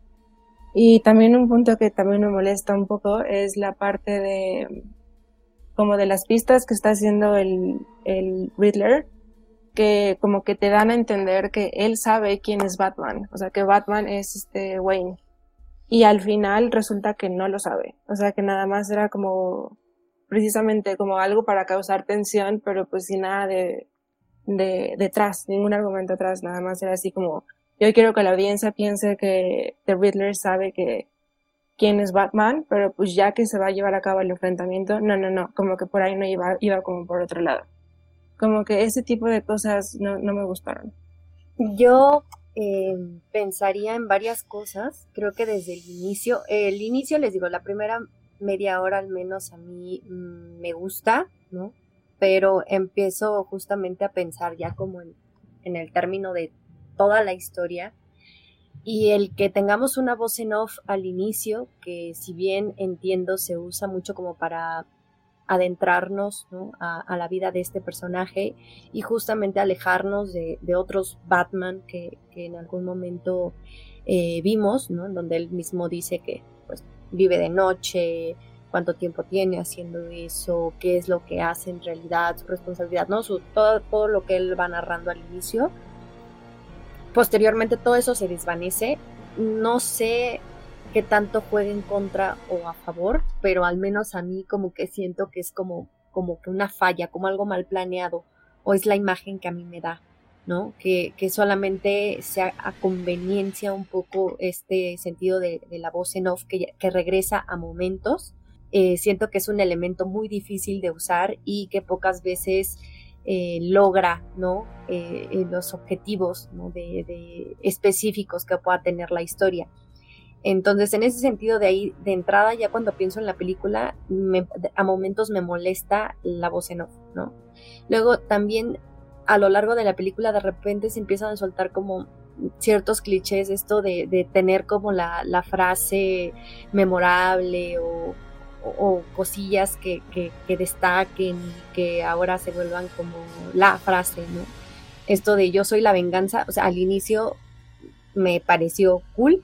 Y también un punto que también me molesta un poco es la parte de como de las pistas que está haciendo el, el Riddler, que como que te dan a entender que él sabe quién es Batman, o sea que Batman es este Wayne, y al final resulta que no lo sabe, o sea que nada más era como precisamente como algo para causar tensión, pero pues sin nada de, de detrás, ningún argumento atrás, nada más era así como yo quiero que la audiencia piense que The Riddler sabe que quién es Batman, pero pues ya que se va a llevar a cabo el enfrentamiento, no, no, no, como que por ahí no iba, iba como por otro lado. Como que ese tipo de cosas no, no me gustaron. Yo eh, pensaría en varias cosas, creo que desde el inicio, eh, el inicio les digo, la primera media hora al menos a mí mmm, me gusta, ¿no? Pero empiezo justamente a pensar ya como en, en el término de toda la historia y el que tengamos una voz en off al inicio, que si bien entiendo se usa mucho como para adentrarnos, ¿no? a, a la vida de este personaje y justamente alejarnos de, de otros Batman que, que en algún momento eh, vimos, ¿no? En donde él mismo dice que pues, vive de noche, cuánto tiempo tiene haciendo eso, qué es lo que hace en realidad, su responsabilidad, ¿no? Su, todo, todo lo que él va narrando al inicio. Posteriormente todo eso se desvanece. No sé que tanto juegue en contra o a favor, pero al menos a mí como que siento que es como, como que una falla, como algo mal planeado, o es la imagen que a mí me da, ¿no? Que, que solamente sea a conveniencia un poco este sentido de, de la voz en off que, que regresa a momentos. Eh, siento que es un elemento muy difícil de usar y que pocas veces eh, logra, ¿no? Eh, los objetivos, ¿no? de, de específicos que pueda tener la historia. Entonces, en ese sentido, de ahí, de entrada, ya cuando pienso en la película, me, a momentos me molesta la voz en off, ¿no? Luego, también, a lo largo de la película, de repente se empiezan a soltar como ciertos clichés, esto de, de tener como la, la frase memorable o, o, o cosillas que, que, que destaquen y que ahora se vuelvan como la frase, ¿no? Esto de yo soy la venganza, o sea, al inicio me pareció cool,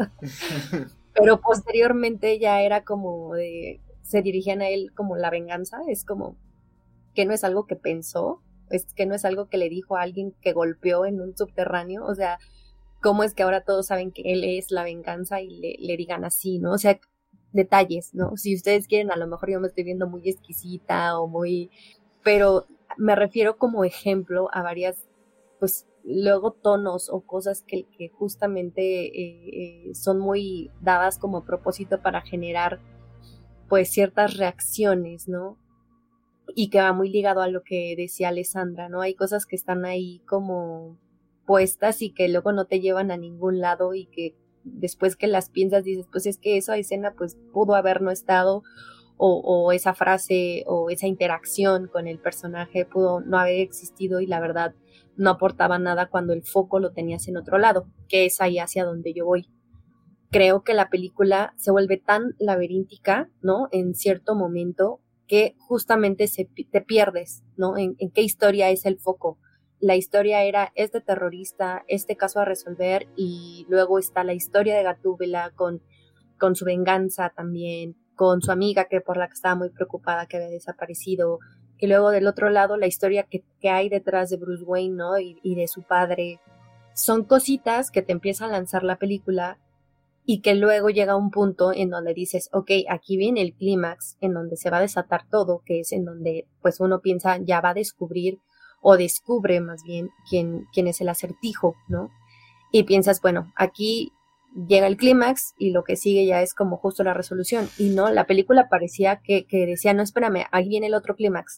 pero posteriormente ya era como de, se dirigían a él como la venganza, es como que no es algo que pensó, es que no es algo que le dijo a alguien que golpeó en un subterráneo, o sea, cómo es que ahora todos saben que él es la venganza y le, le digan así, ¿no? O sea, detalles, ¿no? Si ustedes quieren, a lo mejor yo me estoy viendo muy exquisita o muy, pero me refiero como ejemplo a varias, pues, luego tonos o cosas que, que justamente eh, eh, son muy dadas como propósito para generar pues ciertas reacciones, ¿no? Y que va muy ligado a lo que decía Alessandra, ¿no? Hay cosas que están ahí como puestas y que luego no te llevan a ningún lado y que después que las piensas dices, pues es que esa escena pues pudo haber no estado o, o esa frase o esa interacción con el personaje pudo no haber existido y la verdad no aportaba nada cuando el foco lo tenías en otro lado, que es ahí hacia donde yo voy. Creo que la película se vuelve tan laberíntica, ¿no? En cierto momento que justamente se, te pierdes, ¿no? En, en qué historia es el foco. La historia era este terrorista, este caso a resolver y luego está la historia de Gatúbela con, con su venganza también, con su amiga que por la que estaba muy preocupada que había desaparecido, y luego del otro lado la historia que, que hay detrás de Bruce Wayne, ¿no? Y, y de su padre. Son cositas que te empieza a lanzar la película y que luego llega un punto en donde dices, ok, aquí viene el clímax, en donde se va a desatar todo, que es en donde pues uno piensa ya va a descubrir o descubre más bien quién, quién es el acertijo, ¿no? Y piensas, bueno, aquí llega el clímax y lo que sigue ya es como justo la resolución. Y no, la película parecía que, que decía, no, espérame, ahí viene el otro clímax,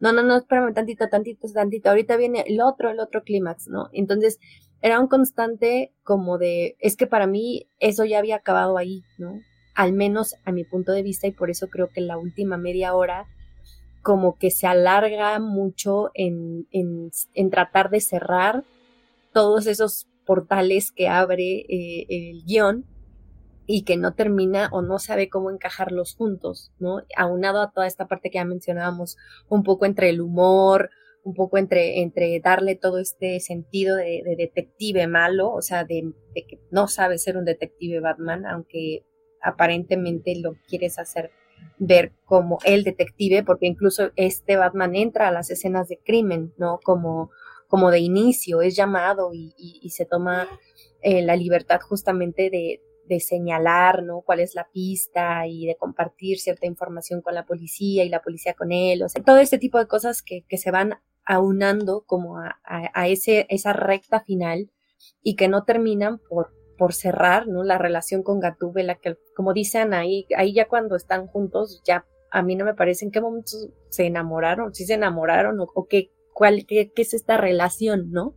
no, no, no, espérame tantito, tantito, tantito, ahorita viene el otro, el otro clímax, ¿no? Entonces, era un constante como de, es que para mí eso ya había acabado ahí, ¿no? Al menos a mi punto de vista, y por eso creo que la última media hora como que se alarga mucho en, en, en tratar de cerrar todos esos portales que abre eh, el guión y que no termina o no sabe cómo encajarlos juntos, ¿no? Aunado a toda esta parte que ya mencionábamos, un poco entre el humor, un poco entre, entre darle todo este sentido de, de detective malo, o sea, de, de que no sabe ser un detective Batman, aunque aparentemente lo quieres hacer ver como el detective, porque incluso este Batman entra a las escenas de crimen, ¿no? Como, como de inicio, es llamado y, y, y se toma eh, la libertad justamente de, de señalar, ¿no? Cuál es la pista y de compartir cierta información con la policía y la policía con él, o sea, todo este tipo de cosas que, que se van aunando como a, a, a ese, esa recta final y que no terminan por por cerrar, ¿no? La relación con Gatúbela, que como dicen ahí, ahí ya cuando están juntos, ya a mí no me parece en qué momento se enamoraron, si se enamoraron o, o qué, cuál, qué, qué es esta relación, ¿no?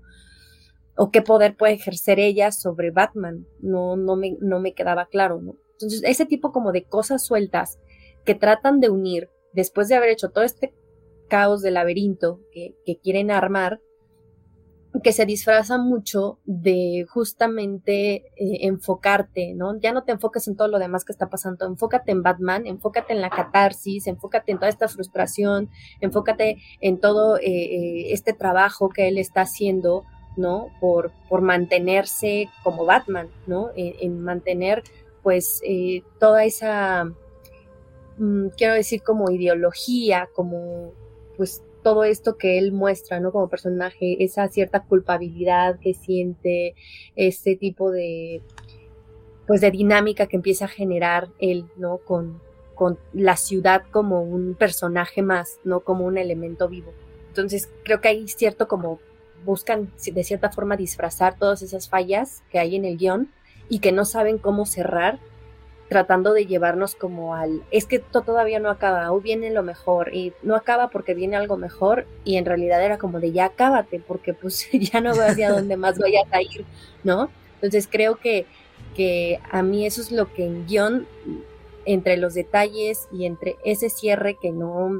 O qué poder puede ejercer ella sobre Batman, no, no me, no me quedaba claro, ¿no? Entonces, ese tipo como de cosas sueltas que tratan de unir después de haber hecho todo este caos de laberinto que, que quieren armar, que se disfraza mucho de justamente eh, enfocarte, ¿no? Ya no te enfoques en todo lo demás que está pasando, enfócate en Batman, enfócate en la catarsis, enfócate en toda esta frustración, enfócate en todo eh, este trabajo que él está haciendo, ¿no? Por, por mantenerse como Batman, ¿no? En, en mantener, pues, eh, toda esa, mmm, quiero decir, como ideología, como, pues, todo esto que él muestra, ¿no? Como personaje, esa cierta culpabilidad que siente, ese tipo de, pues, de dinámica que empieza a generar él, ¿no? Con, con la ciudad como un personaje más, no como un elemento vivo. Entonces, creo que hay cierto como, buscan de cierta forma disfrazar todas esas fallas que hay en el guión y que no saben cómo cerrar, tratando de llevarnos como al, es que esto todavía no acaba, o viene lo mejor, y no acaba porque viene algo mejor, y en realidad era como de ya acábate, porque pues ya no veo hacia dónde más vayas a ir, ¿no? Entonces creo que, que a mí eso es lo que en guión, entre los detalles y entre ese cierre que no,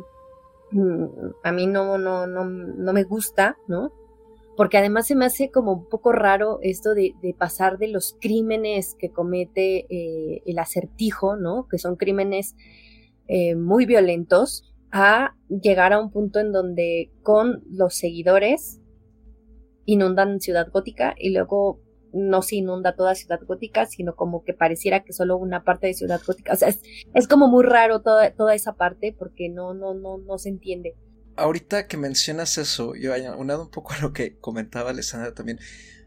a mí no, no, no, no me gusta, ¿no? Porque además se me hace como un poco raro esto de, de pasar de los crímenes que comete eh, el Acertijo, ¿no? Que son crímenes eh, muy violentos, a llegar a un punto en donde con los seguidores inundan Ciudad Gótica y luego no se inunda toda Ciudad Gótica, sino como que pareciera que solo una parte de Ciudad Gótica. O sea, es, es como muy raro toda, toda esa parte porque no, no, no, no se entiende. Ahorita que mencionas eso, yo aunado un poco a lo que comentaba Alessandra también.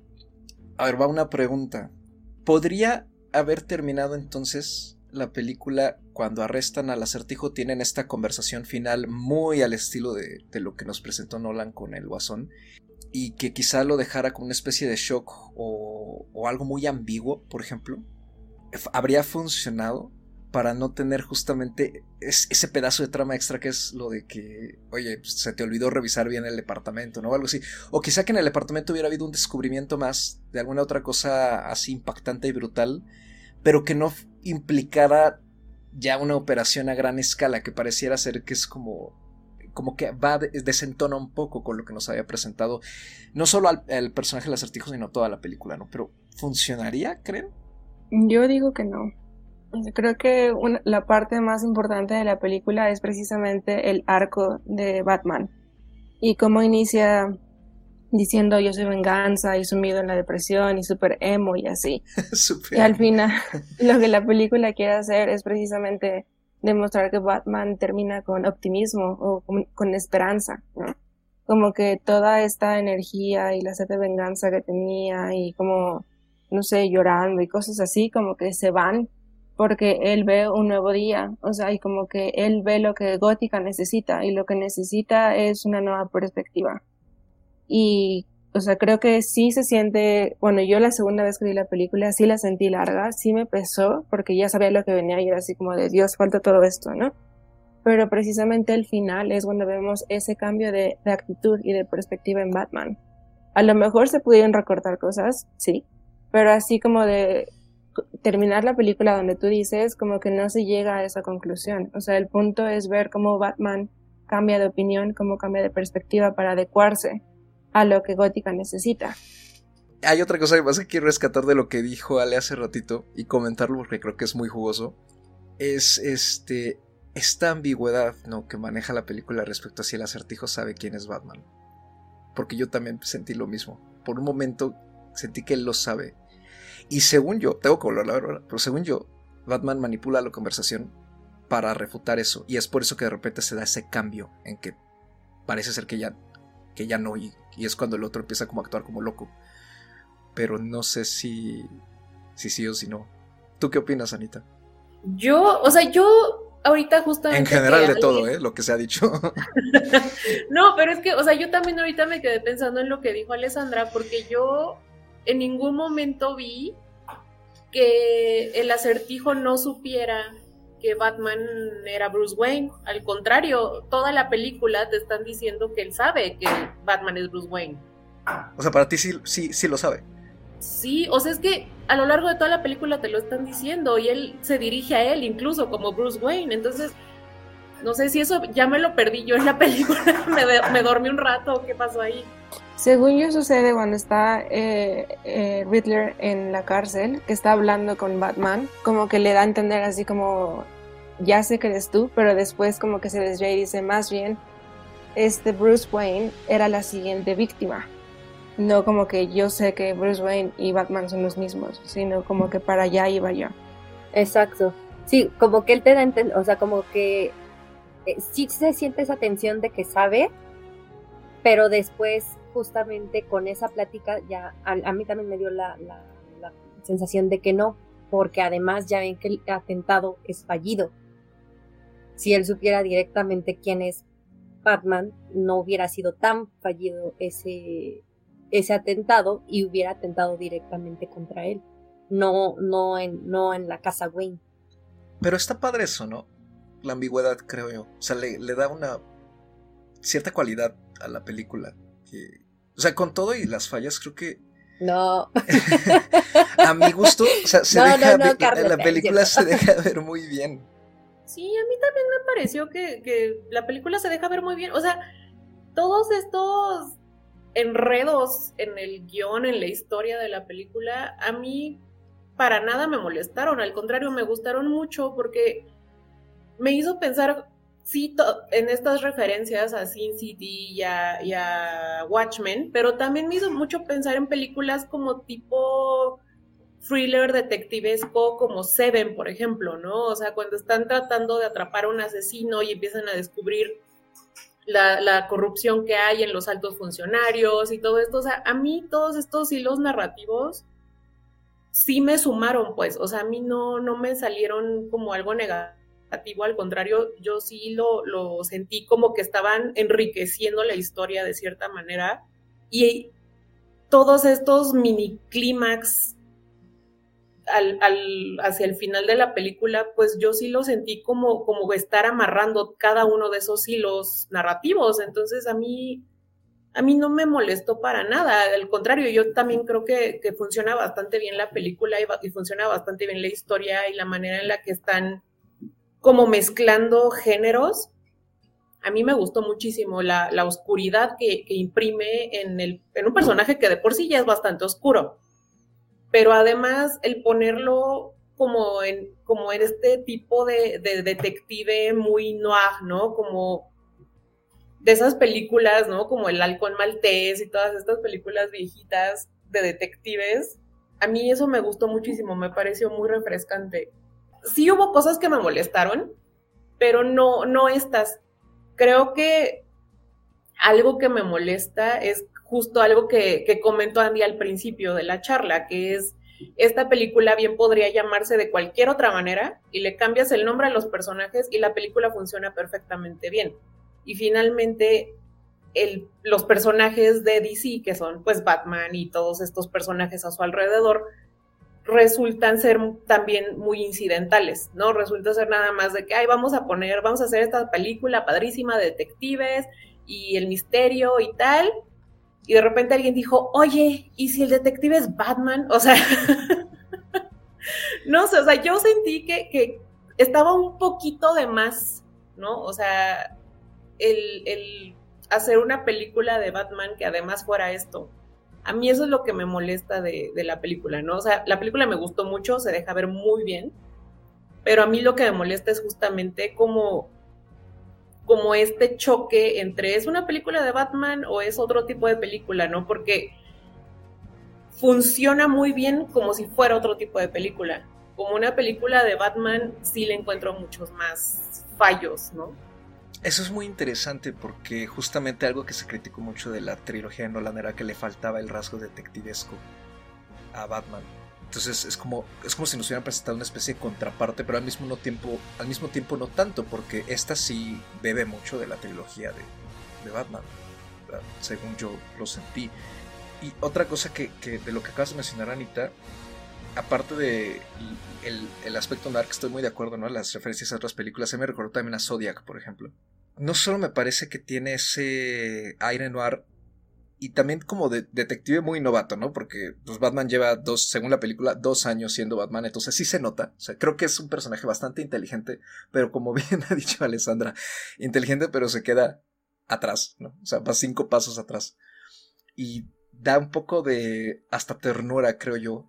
A ver, va una pregunta. ¿Podría haber terminado entonces la película cuando arrestan al Acertijo? Tienen esta conversación final muy al estilo de, de lo que nos presentó Nolan con el Guasón, y que quizá lo dejara como una especie de shock o, o algo muy ambiguo, por ejemplo. ¿Habría funcionado para no tener justamente es, ese pedazo de trama extra que es lo de que, oye, pues, se te olvidó revisar bien el departamento, ¿no? O algo así. O quizá que en el departamento hubiera habido un descubrimiento más de alguna otra cosa así impactante y brutal, pero que no implicara ya una operación a gran escala, que pareciera ser que es como, como que va, de, desentona un poco con lo que nos había presentado, no solo al, al personaje del Acertijo, sino toda la película, ¿no? Pero, ¿funcionaría, creen? Yo digo que no. Creo que una, la parte más importante de la película es precisamente el arco de Batman y cómo inicia diciendo yo soy venganza y sumido en la depresión y súper emo y así. Super. Y al final lo que la película quiere hacer es precisamente demostrar que Batman termina con optimismo o con, con esperanza, ¿no? Como que toda esta energía y la sed de venganza que tenía y como, no sé, llorando y cosas así, como que se van porque él ve un nuevo día, o sea, y como que él ve lo que Gótica necesita, y lo que necesita es una nueva perspectiva. Y, o sea, creo que sí se siente, bueno, yo la segunda vez que vi la película sí la sentí larga, sí me pesó, porque ya sabía lo que venía y era así como de Dios, falta todo esto, ¿no? pero precisamente el final es cuando vemos ese cambio de, de actitud y de perspectiva en Batman. A lo mejor se pudieron recortar cosas, sí, pero así como de terminar la película donde tú dices, como que no se llega a esa conclusión. O sea, el punto es ver cómo Batman cambia de opinión, cómo cambia de perspectiva para adecuarse a lo que Gótica necesita. Hay otra cosa que más que quiero rescatar de lo que dijo Ale hace ratito y comentarlo porque creo que es muy jugoso. Es este esta ambigüedad, ¿no?, que maneja la película respecto a si el Acertijo sabe quién es Batman. Porque yo también sentí lo mismo. Por un momento sentí que él lo sabe. Y según yo, tengo que volverlo a ver ahora, pero según yo, Batman manipula la conversación para refutar eso. Y es por eso que de repente se da ese cambio en que parece ser que ya, que ya no. Y, y es cuando el otro empieza como a actuar como loco. Pero no sé si, si sí o si no. ¿Tú qué opinas, Anita? Yo, o sea, yo ahorita justamente... En general de alguien... todo, ¿eh? Lo que se ha dicho. No, pero es que, o sea, yo también ahorita me quedé pensando en lo que dijo Alessandra, porque yo en ningún momento vi que el Acertijo no supiera que Batman era Bruce Wayne. Al contrario, toda la película te están diciendo que él sabe que Batman es Bruce Wayne. O sea, para ti sí, sí, sí lo sabe. Sí, o sea, es que a lo largo de toda la película te lo están diciendo y él se dirige a él incluso como Bruce Wayne. Entonces, no sé si eso ya me lo perdí yo en la película, me, de, me dormí un rato, ¿qué pasó ahí? Según yo sucede cuando está eh, eh, Riddler en la cárcel, que está hablando con Batman, como que le da a entender así como, ya sé que eres tú, pero después como que se desvía y dice, más bien, este Bruce Wayne era la siguiente víctima. No como que yo sé que Bruce Wayne y Batman son los mismos, sino como que para allá iba yo. Exacto. Sí, como que él te da a entender, o sea, como que eh, sí se siente esa tensión de que sabe, pero después justamente con esa plática ya a, a mí también me dio la, la, la sensación de que no, porque además ya ven que el atentado es fallido. Si él supiera directamente quién es Batman, no hubiera sido tan fallido ese, ese atentado y hubiera atentado directamente contra él, no, no, en, no en la casa Wayne. Pero está padre eso, ¿no? La ambigüedad, creo yo. O sea, le, le da una cierta cualidad a la película. Que, o sea, con todo y las fallas, creo que... No. A mi gusto, o sea, se no, deja no, no, ver, Carlos, la película se deja ver muy bien. Sí, a mí también me pareció que, que la película se deja ver muy bien. O sea, todos estos enredos en el guión, en la historia de la película, a mí para nada me molestaron. Al contrario, me gustaron mucho porque me hizo pensar... Sí, to- en estas referencias a Sin City y a, y a Watchmen, pero también me hizo mucho pensar en películas como tipo thriller detectivesco, como Seven, por ejemplo, ¿no? O sea, cuando están tratando de atrapar a un asesino y empiezan a descubrir la, la corrupción que hay en los altos funcionarios y todo esto. O sea, a mí todos estos hilos narrativos sí me sumaron, pues. O sea, a mí no, no me salieron como algo negativo. Al contrario, yo sí lo, lo sentí como que estaban enriqueciendo la historia de cierta manera, y todos estos mini clímax al, al, hacia el final de la película, pues yo sí lo sentí como, como estar amarrando cada uno de esos hilos narrativos. Entonces a mí, a mí no me molestó para nada, al contrario, yo también creo que, que funciona bastante bien la película y, y funciona bastante bien la historia y la manera en la que están como mezclando géneros. A mí me gustó muchísimo la, la oscuridad que, que imprime en, el, en un personaje que de por sí ya es bastante oscuro, pero además el ponerlo como en, como en este tipo de, de detective muy noir, ¿no? Como de esas películas, ¿no? Como El Halcón Maltés y todas estas películas viejitas de detectives. A mí eso me gustó muchísimo, me pareció muy refrescante. Sí hubo cosas que me molestaron, pero no, no estas. Creo que algo que me molesta es justo algo que, que comentó Andy al principio de la charla, que es, esta película bien podría llamarse de cualquier otra manera y le cambias el nombre a los personajes y la película funciona perfectamente bien. Y finalmente el, los personajes de D C, que son pues Batman y todos estos personajes a su alrededor, resultan ser también muy incidentales, ¿no? Resulta ser nada más de que, ay, vamos a poner, vamos a hacer esta película padrísima de detectives y el misterio y tal, y de repente alguien dijo, oye, ¿y si el detective es Batman? O sea, no sé, o sea, yo sentí que, que estaba un poquito de más, ¿no? O sea, el, el hacer una película de Batman que además fuera esto. A mí eso es lo que me molesta de, de la película, ¿no? O sea, la película me gustó mucho, se deja ver muy bien, pero a mí lo que me molesta es justamente como, como este choque entre ¿es una película de Batman o es otro tipo de película, ¿no? Porque funciona muy bien como si fuera otro tipo de película. Como una película de Batman sí le encuentro muchos más fallos, ¿no? Eso es muy interesante porque justamente algo que se criticó mucho de la trilogía de Nolan era que le faltaba el rasgo detectivesco a Batman. Entonces es como, es como si nos hubieran presentado una especie de contraparte, pero al mismo, no tiempo, al mismo tiempo no tanto, porque esta sí bebe mucho de la trilogía de, de Batman, ¿verdad? Según yo lo sentí. Y otra cosa que, que de lo que acabas de mencionar, Anita, aparte de el, el aspecto dark, estoy muy de acuerdo, ¿no? Las referencias a otras películas, se me recordó también a Zodiac, por ejemplo. No solo me parece que tiene ese aire noir y también como de detective muy novato, ¿no? Porque pues, Batman lleva dos, según la película, dos años siendo Batman, entonces sí se nota. O sea, creo que es un personaje bastante inteligente, pero como bien ha dicho Alessandra, inteligente pero se queda atrás, ¿no? O sea, va cinco pasos atrás. Y da un poco de hasta ternura, creo yo,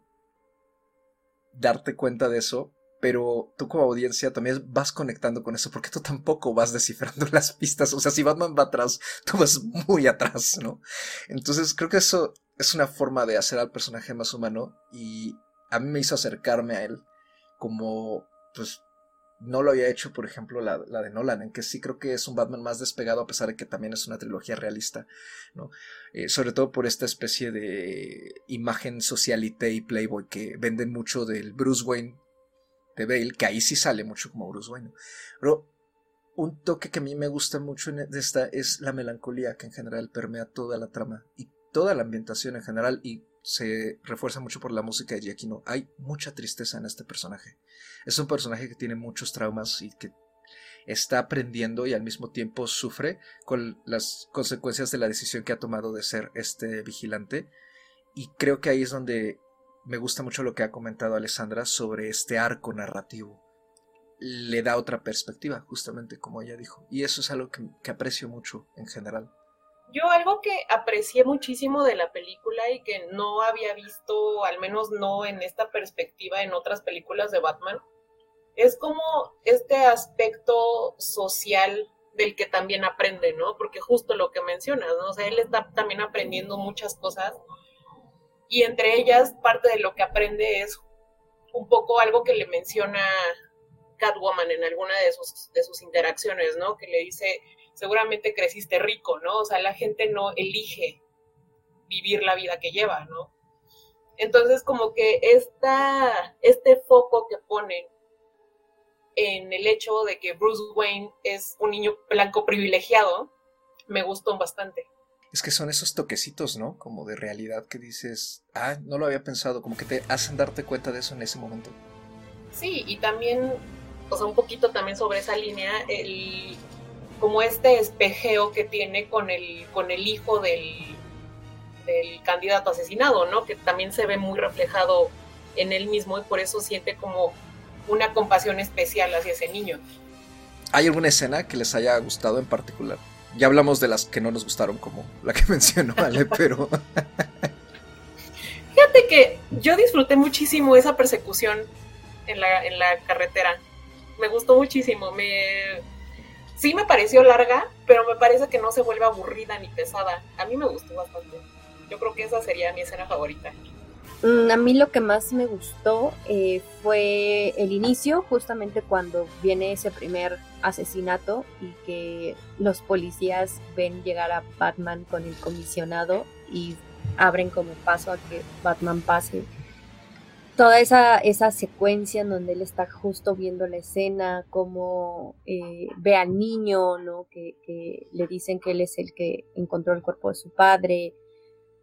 darte cuenta de eso, pero tú como audiencia también vas conectando con eso, porque tú tampoco vas descifrando las pistas. O sea, si Batman va atrás, tú vas muy atrás, ¿no? Entonces creo que eso es una forma de hacer al personaje más humano y a mí me hizo acercarme a él como, pues, no lo había hecho, por ejemplo, la, la de Nolan, en que sí creo que es un Batman más despegado, a pesar de que también es una trilogía realista, ¿no? Eh, sobre todo por esta especie de imagen socialité y playboy que venden mucho del Bruce Wayne de Bale, que ahí sí sale mucho como Bruce Wayne, ¿no? Pero un toque que a mí me gusta mucho de esta es la melancolía que en general permea toda la trama y toda la ambientación en general, y se refuerza mucho por la música de Giacchino. Hay mucha tristeza en este personaje. Es un personaje que tiene muchos traumas y que está aprendiendo y al mismo tiempo sufre con las consecuencias de la decisión que ha tomado de ser este vigilante. Y creo que ahí es donde me gusta mucho lo que ha comentado Alessandra sobre este arco narrativo. Le da otra perspectiva, justamente como ella dijo. Y eso es algo que, que aprecio mucho en general. Yo algo que aprecié muchísimo de la película y que no había visto, al menos no en esta perspectiva en otras películas de Batman, es como este aspecto social del que también aprende, ¿no? Porque justo lo que mencionas, ¿no? O sea, él está también aprendiendo muchas cosas y entre ellas parte de lo que aprende es un poco algo que le menciona Catwoman en alguna de sus, de sus interacciones, ¿no? Que le dice, seguramente creciste rico, ¿no? O sea, la gente no elige vivir la vida que lleva, ¿no? Entonces, como que esta, este foco que ponen en el hecho de que Bruce Wayne es un niño blanco privilegiado, me gustó bastante. Es que son esos toquecitos, ¿no? Como de realidad que dices, ah, no lo había pensado, como que te hacen darte cuenta de eso en ese momento. Sí, y también, o sea, un poquito también sobre esa línea, el, como este espejeo que tiene con el, con el hijo del, del candidato asesinado, ¿no? Que también se ve muy reflejado en él mismo y por eso siente como una compasión especial hacia ese niño. ¿Hay alguna escena que les haya gustado en particular? Ya hablamos de las que no nos gustaron, como la que mencionó Ale, pero... Fíjate que yo disfruté muchísimo esa persecución en la, en la carretera. Me gustó muchísimo. Me... Sí me pareció larga, pero me parece que no se vuelve aburrida ni pesada. A mí me gustó bastante. Yo creo que esa sería mi escena favorita. A mí lo que más me gustó eh, fue el inicio, justamente cuando viene ese primer asesinato y que los policías ven llegar a Batman con el comisionado y abren como paso a que Batman pase. Toda esa, esa secuencia en donde él está justo viendo la escena, cómo eh, ve al niño, ¿no? Que, que le dicen que él es el que encontró el cuerpo de su padre.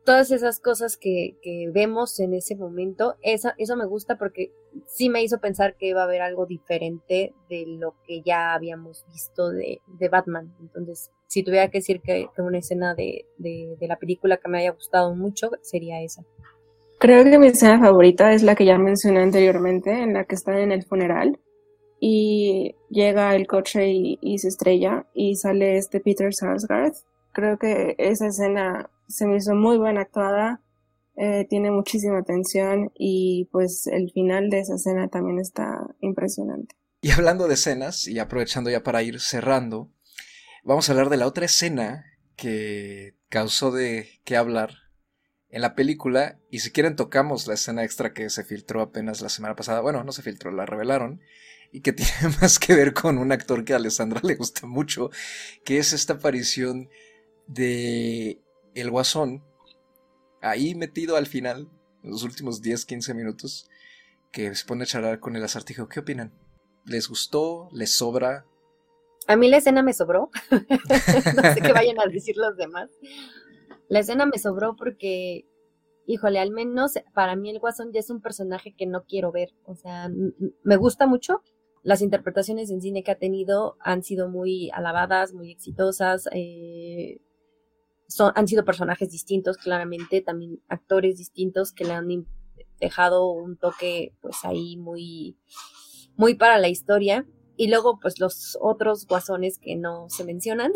todas esas cosas que, que vemos en ese momento, eso, eso me gusta porque sí me hizo pensar que iba a haber algo diferente de lo que ya habíamos visto de, de Batman. Entonces, si tuviera que decir que, que una escena de, de, de la película que me haya gustado mucho, sería esa. Creo que mi escena favorita es la que ya mencioné anteriormente, en la que están en el funeral y llega el coche y, y se estrella y sale este Peter Sarsgaard. Creo que esa escena se me hizo muy buena actuada, eh, tiene muchísima tensión y pues el final de esa escena también está impresionante. Y hablando de escenas, y aprovechando ya para ir cerrando, vamos a hablar de la otra escena que causó de qué hablar en la película, y si quieren tocamos la escena extra que se filtró apenas la semana pasada. Bueno, no se filtró, la revelaron, y que tiene más que ver con un actor que a Alessandra le gusta mucho, que es esta aparición de el Guasón, ahí metido al final, en los últimos diez a quince minutos, que se pone a charlar con el acertijo. ¿Qué opinan? ¿Les gustó? ¿Les sobra? A mí la escena me sobró, no sé qué vayan a decir los demás. La escena me sobró porque, híjole, al menos para mí el Guasón ya es un personaje que no quiero ver. O sea, m- me gusta mucho. Las interpretaciones en cine que ha tenido han sido muy alabadas, muy exitosas. Eh, son, han sido personajes distintos, claramente, también actores distintos que le han in- dejado un toque, pues ahí muy, muy para la historia. Y luego, pues los otros guasones que no se mencionan.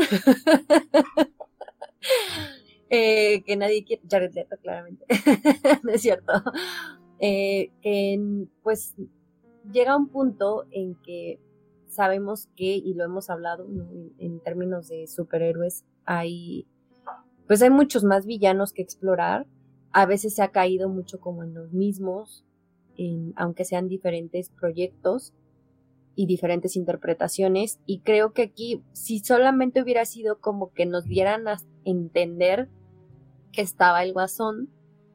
Eh, que nadie quiere, Jared Leto, claramente, no es cierto, eh, que pues llega un punto en que sabemos que, y lo hemos hablado, ¿no? en, en términos de superhéroes, hay, pues hay muchos más villanos que explorar. A veces se ha caído mucho como en los mismos, en, aunque sean diferentes proyectos y diferentes interpretaciones, y creo que aquí, si solamente hubiera sido como que nos dieran a entender que estaba el Guasón,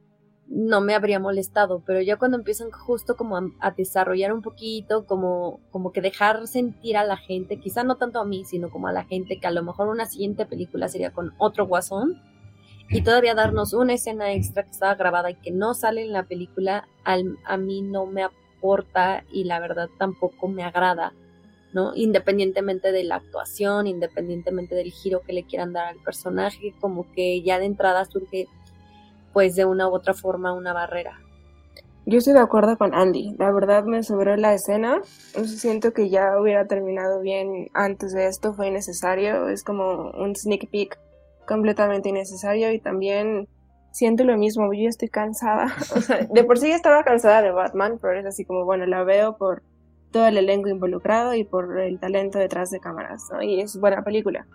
no me habría molestado, pero ya cuando empiezan justo como a, a desarrollar un poquito, como, como que dejar sentir a la gente, quizá no tanto a mí, sino como a la gente, que a lo mejor una siguiente película sería con otro Guasón, y todavía darnos una escena extra que estaba grabada y que no sale en la película, al, a mí no me aporta y la verdad tampoco me agrada, ¿no? Independientemente de la actuación, independientemente del giro que le quieran dar al personaje, como que ya de entrada surge pues de una u otra forma una barrera. Yo estoy de acuerdo con Andy, la verdad me sobró la escena, siento que ya hubiera terminado bien antes de esto, fue innecesario, es como un sneak peek completamente innecesario y también siento lo mismo, yo estoy cansada, o sea, de por sí ya estaba cansada de Batman, pero es así como, bueno, la veo por todo el elenco involucrado y por el talento detrás de cámaras, ¿no? Y es buena película.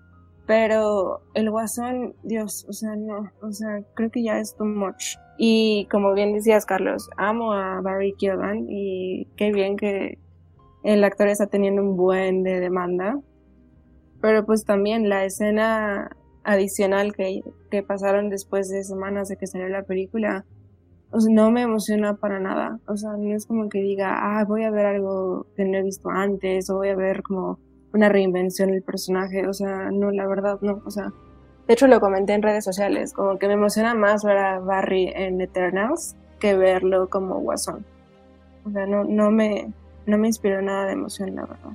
Pero el Guasón, Dios, o sea, no, o sea, creo que ya es too much. Y como bien decías, Carlos, amo a Barry Keoghan y qué bien que el actor está teniendo un buen de demanda. Pero pues también la escena adicional que, que pasaron después de semanas de que salió la película, o sea, no me emociona para nada. O sea, no es como que diga, ah, voy a ver algo que no he visto antes, o voy a ver como una reinvención del personaje. O sea, no, la verdad, no. O sea, de hecho lo comenté en redes sociales, como que me emociona más ver a Barry en Eternals que verlo como Guasón. O sea, no, no me, no me inspiró nada de emoción, la verdad.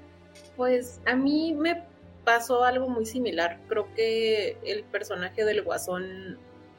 Pues a mí me pasó algo muy similar. Creo que el personaje del Guasón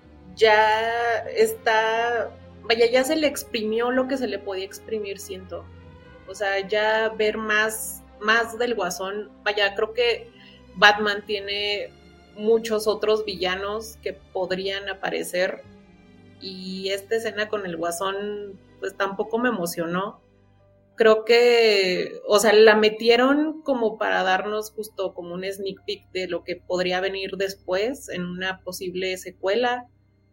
ya está, vaya, ya se le exprimió lo que se le podía exprimir, siento. O sea, ya ver más, más del Guasón, vaya, creo que Batman tiene muchos otros villanos que podrían aparecer y esta escena con el Guasón pues tampoco me emocionó. Creo que, o sea, la metieron como para darnos justo como un sneak peek de lo que podría venir después en una posible secuela,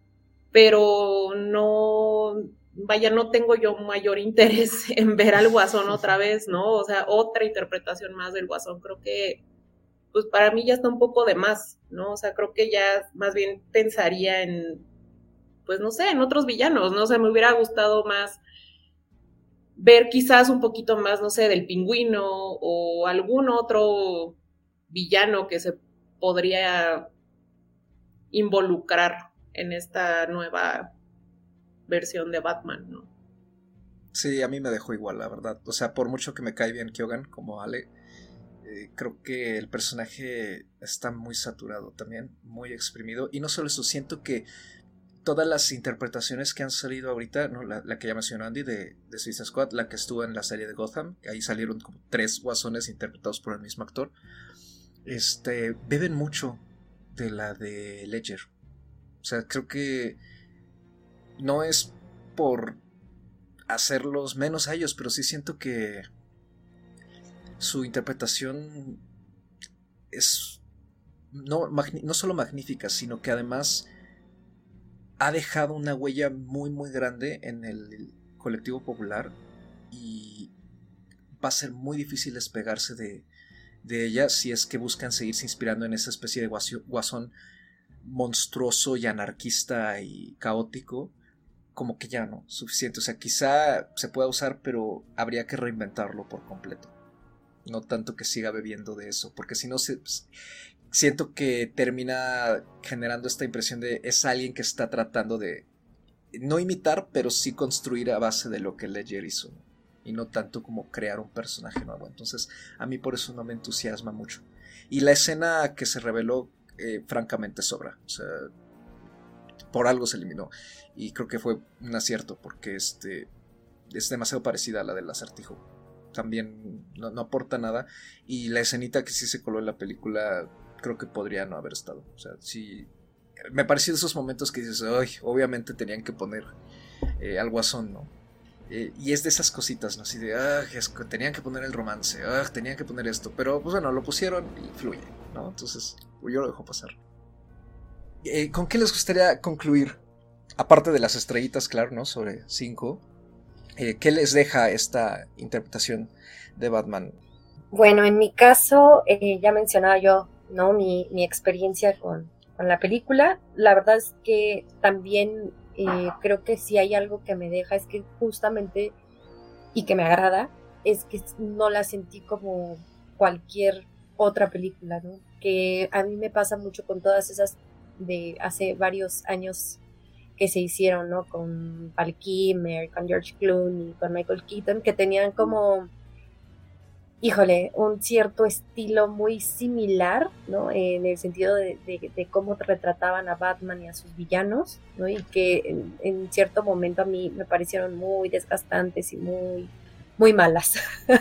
pero no, vaya, no tengo yo mayor interés en ver al Guasón otra vez, ¿no? O sea, otra interpretación más del Guasón, creo que, pues para mí ya está un poco de más, ¿no? O sea, creo que ya más bien pensaría en, pues no sé, en otros villanos, ¿no? O sea, me hubiera gustado más ver quizás un poquito más, no sé, del Pingüino o algún otro villano que se podría involucrar en esta nueva versión de Batman, ¿no? Sí, a mí me dejó igual, la verdad. O sea, por mucho que me cae bien Keoghan como Ale, eh, creo que el personaje está muy saturado también, muy exprimido. Y no solo eso, siento que todas las interpretaciones que han salido ahorita, ¿no? la, la que ya mencionó Andy de, de Suicide Squad, la que estuvo en la serie de Gotham, ahí salieron como tres guasones interpretados por el mismo actor, este, beben mucho de la de Ledger. O sea, creo que no es por hacerlos menos a ellos, pero sí siento que su interpretación es no, magni- no solo magnífica, sino que además ha dejado una huella muy muy grande en el colectivo popular y va a ser muy difícil despegarse de, de ella si es que buscan seguirse inspirando en esa especie de guasio- guasón monstruoso y anarquista y caótico. Como que ya no, suficiente. O sea, quizá se pueda usar, pero habría que reinventarlo por completo. No tanto que siga bebiendo de eso, porque si no, se, pues, siento que termina generando esta impresión de es alguien que está tratando de no imitar, pero sí construir a base de lo que Ledger hizo, ¿no? Y no tanto como crear un personaje nuevo. Entonces, a mí por eso no me entusiasma mucho. Y la escena que se reveló, eh, francamente sobra. O sea, por algo se eliminó. Y creo que fue un acierto, porque este es demasiado parecida a la del Acertijo. También no, no aporta nada. Y la escenita que sí se coló en la película, creo que podría no haber estado. O sea, sí. Me pareció esos momentos que dices, ay, obviamente tenían que poner eh, al guasón, ¿no? Eh, y es de esas cositas, ¿no? Así de, ah, es que tenían que poner el romance, ah, tenían que poner esto. Pero, pues bueno, lo pusieron y fluye, ¿no? Entonces, yo lo dejo pasar. Eh, ¿Con qué les gustaría concluir? Aparte de las estrellitas, claro, ¿no? Sobre cinco. Eh, ¿Qué les deja esta interpretación de Batman? Bueno, en mi caso, eh, ya mencionaba yo, ¿no? Mi, mi experiencia con, con la película. La verdad es que también eh, creo que si hay algo que me deja es que justamente, y que me agrada, es que no la sentí como cualquier otra película, ¿no? Que a mí me pasa mucho con todas esas de hace varios años que se hicieron, ¿no? Con Val Kilmer, con George Clooney, con Michael Keaton, que tenían como, híjole, un cierto estilo muy similar, ¿no? En el sentido de, de, de cómo retrataban a Batman y a sus villanos, ¿no? Y que en, en cierto momento a mí me parecieron muy desgastantes y muy, muy malas.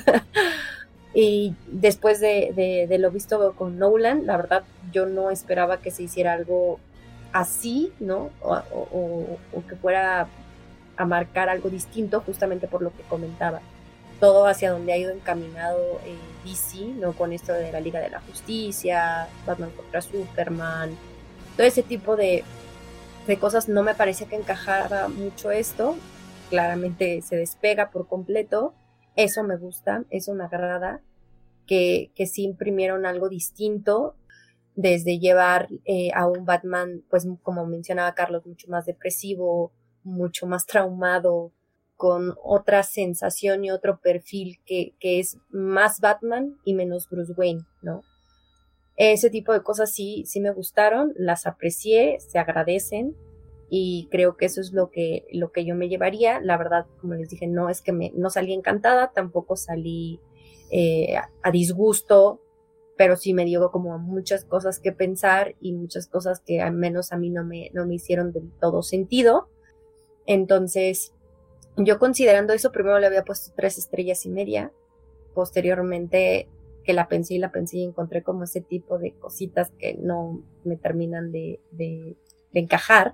Y después de, de, de lo visto con Nolan, la verdad yo no esperaba que se hiciera algo así, ¿no? O, o, o que fuera a marcar algo distinto, justamente por lo que comentaba. Todo hacia donde ha ido encaminado eh, D C, ¿no? Con esto de la Liga de la Justicia, Batman contra Superman, todo ese tipo de, de cosas, no me parecía que encajara mucho esto. Claramente se despega por completo. Eso me gusta, eso me agrada, que, que sí imprimieron algo distinto, desde llevar eh, a un Batman, pues como mencionaba Carlos, mucho más depresivo, mucho más traumado, con otra sensación y otro perfil que, que es más Batman y menos Bruce Wayne, ¿no? Ese tipo de cosas sí, sí me gustaron, las aprecié, se agradecen, y creo que eso es lo que, lo que yo me llevaría. La verdad, como les dije, no es que me, no salí encantada, tampoco salí eh, a, a disgusto, pero sí me dio como muchas cosas que pensar y muchas cosas que al menos a mí no me, no me hicieron del todo sentido. Entonces, yo considerando eso, primero le había puesto tres estrellas y media, posteriormente que la pensé y la pensé y encontré como ese tipo de cositas que no me terminan de, de, de encajar.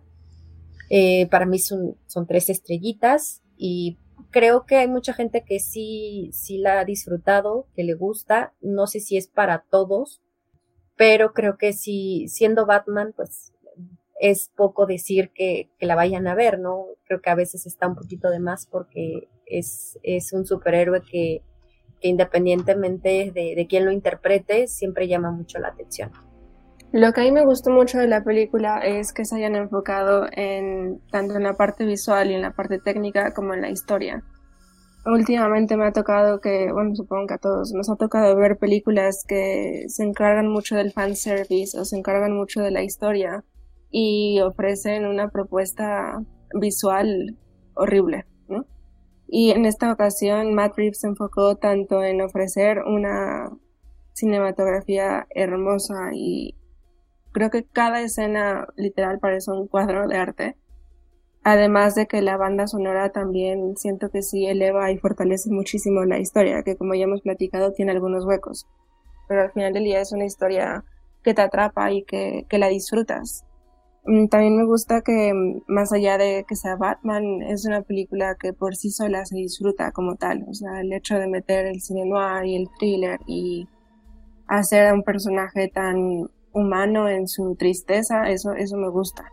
Eh, para mí son, son tres estrellitas, y creo que hay mucha gente que sí, sí la ha disfrutado, que le gusta. No sé si es para todos, pero creo que sí, siendo Batman, pues es poco decir que, que la vayan a ver, ¿no? Creo que a veces está un poquito de más, porque es, es un superhéroe que, que independientemente de, de quién lo interprete, siempre llama mucho la atención. Lo que a mí me gustó mucho de la película es que se hayan enfocado en tanto en la parte visual y en la parte técnica como en la historia. Últimamente me ha tocado que, bueno, supongo que a todos nos ha tocado ver películas que se encargan mucho del fanservice o se encargan mucho de la historia, y ofrecen una propuesta visual horrible, ¿no? Y en esta ocasión Matt Reeves se enfocó tanto en ofrecer una cinematografía hermosa y creo que cada escena literal parece un cuadro de arte. Además de que la banda sonora también siento que sí eleva y fortalece muchísimo la historia, que como ya hemos platicado tiene algunos huecos. Pero al final del día es una historia que te atrapa y que, que la disfrutas. También me gusta que más allá de que sea Batman, es una película que por sí sola se disfruta como tal. O sea, el hecho de meter el cine noir y el thriller y hacer a un personaje tan humano en su tristeza, eso, eso me gusta.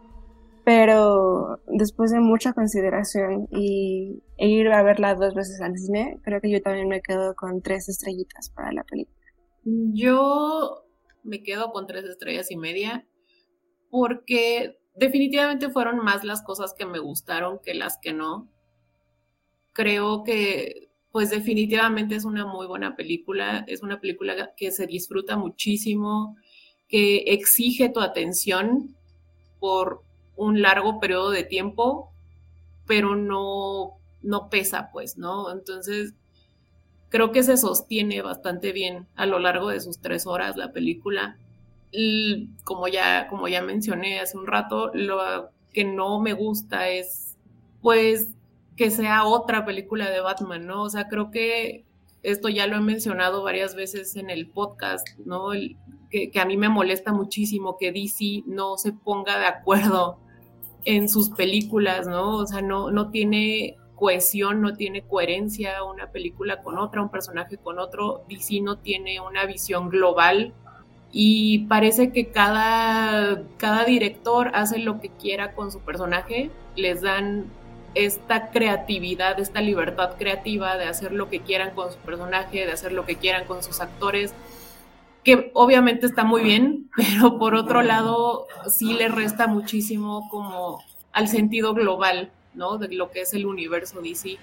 Pero después de mucha consideración y e ir a verla dos veces al cine, creo que yo también me quedo con tres estrellitas para la película. Yo me quedo con tres estrellas y media porque definitivamente fueron más las cosas que me gustaron que las que no. Creo que pues definitivamente es una muy buena película, es una película que se disfruta muchísimo, que exige tu atención por un largo periodo de tiempo, pero no, no pesa, pues, ¿no? Entonces, creo que se sostiene bastante bien a lo largo de sus tres horas la película. Y como ya, como ya mencioné hace un rato, lo que no me gusta es, pues, que sea otra película de Batman, ¿no? O sea, creo que esto ya lo he mencionado varias veces en el podcast, ¿no? El, que, que a mí me molesta muchísimo que D C no se ponga de acuerdo en sus películas, ¿no? O sea, no, no tiene cohesión, no tiene coherencia una película con otra, un personaje con otro. D C no tiene una visión global y parece que cada, cada director hace lo que quiera con su personaje, les dan esta creatividad, esta libertad creativa de hacer lo que quieran con su personaje, de hacer lo que quieran con sus actores, que obviamente está muy bien, pero por otro lado sí le resta muchísimo como al sentido global, ¿no? De lo que es el universo D C.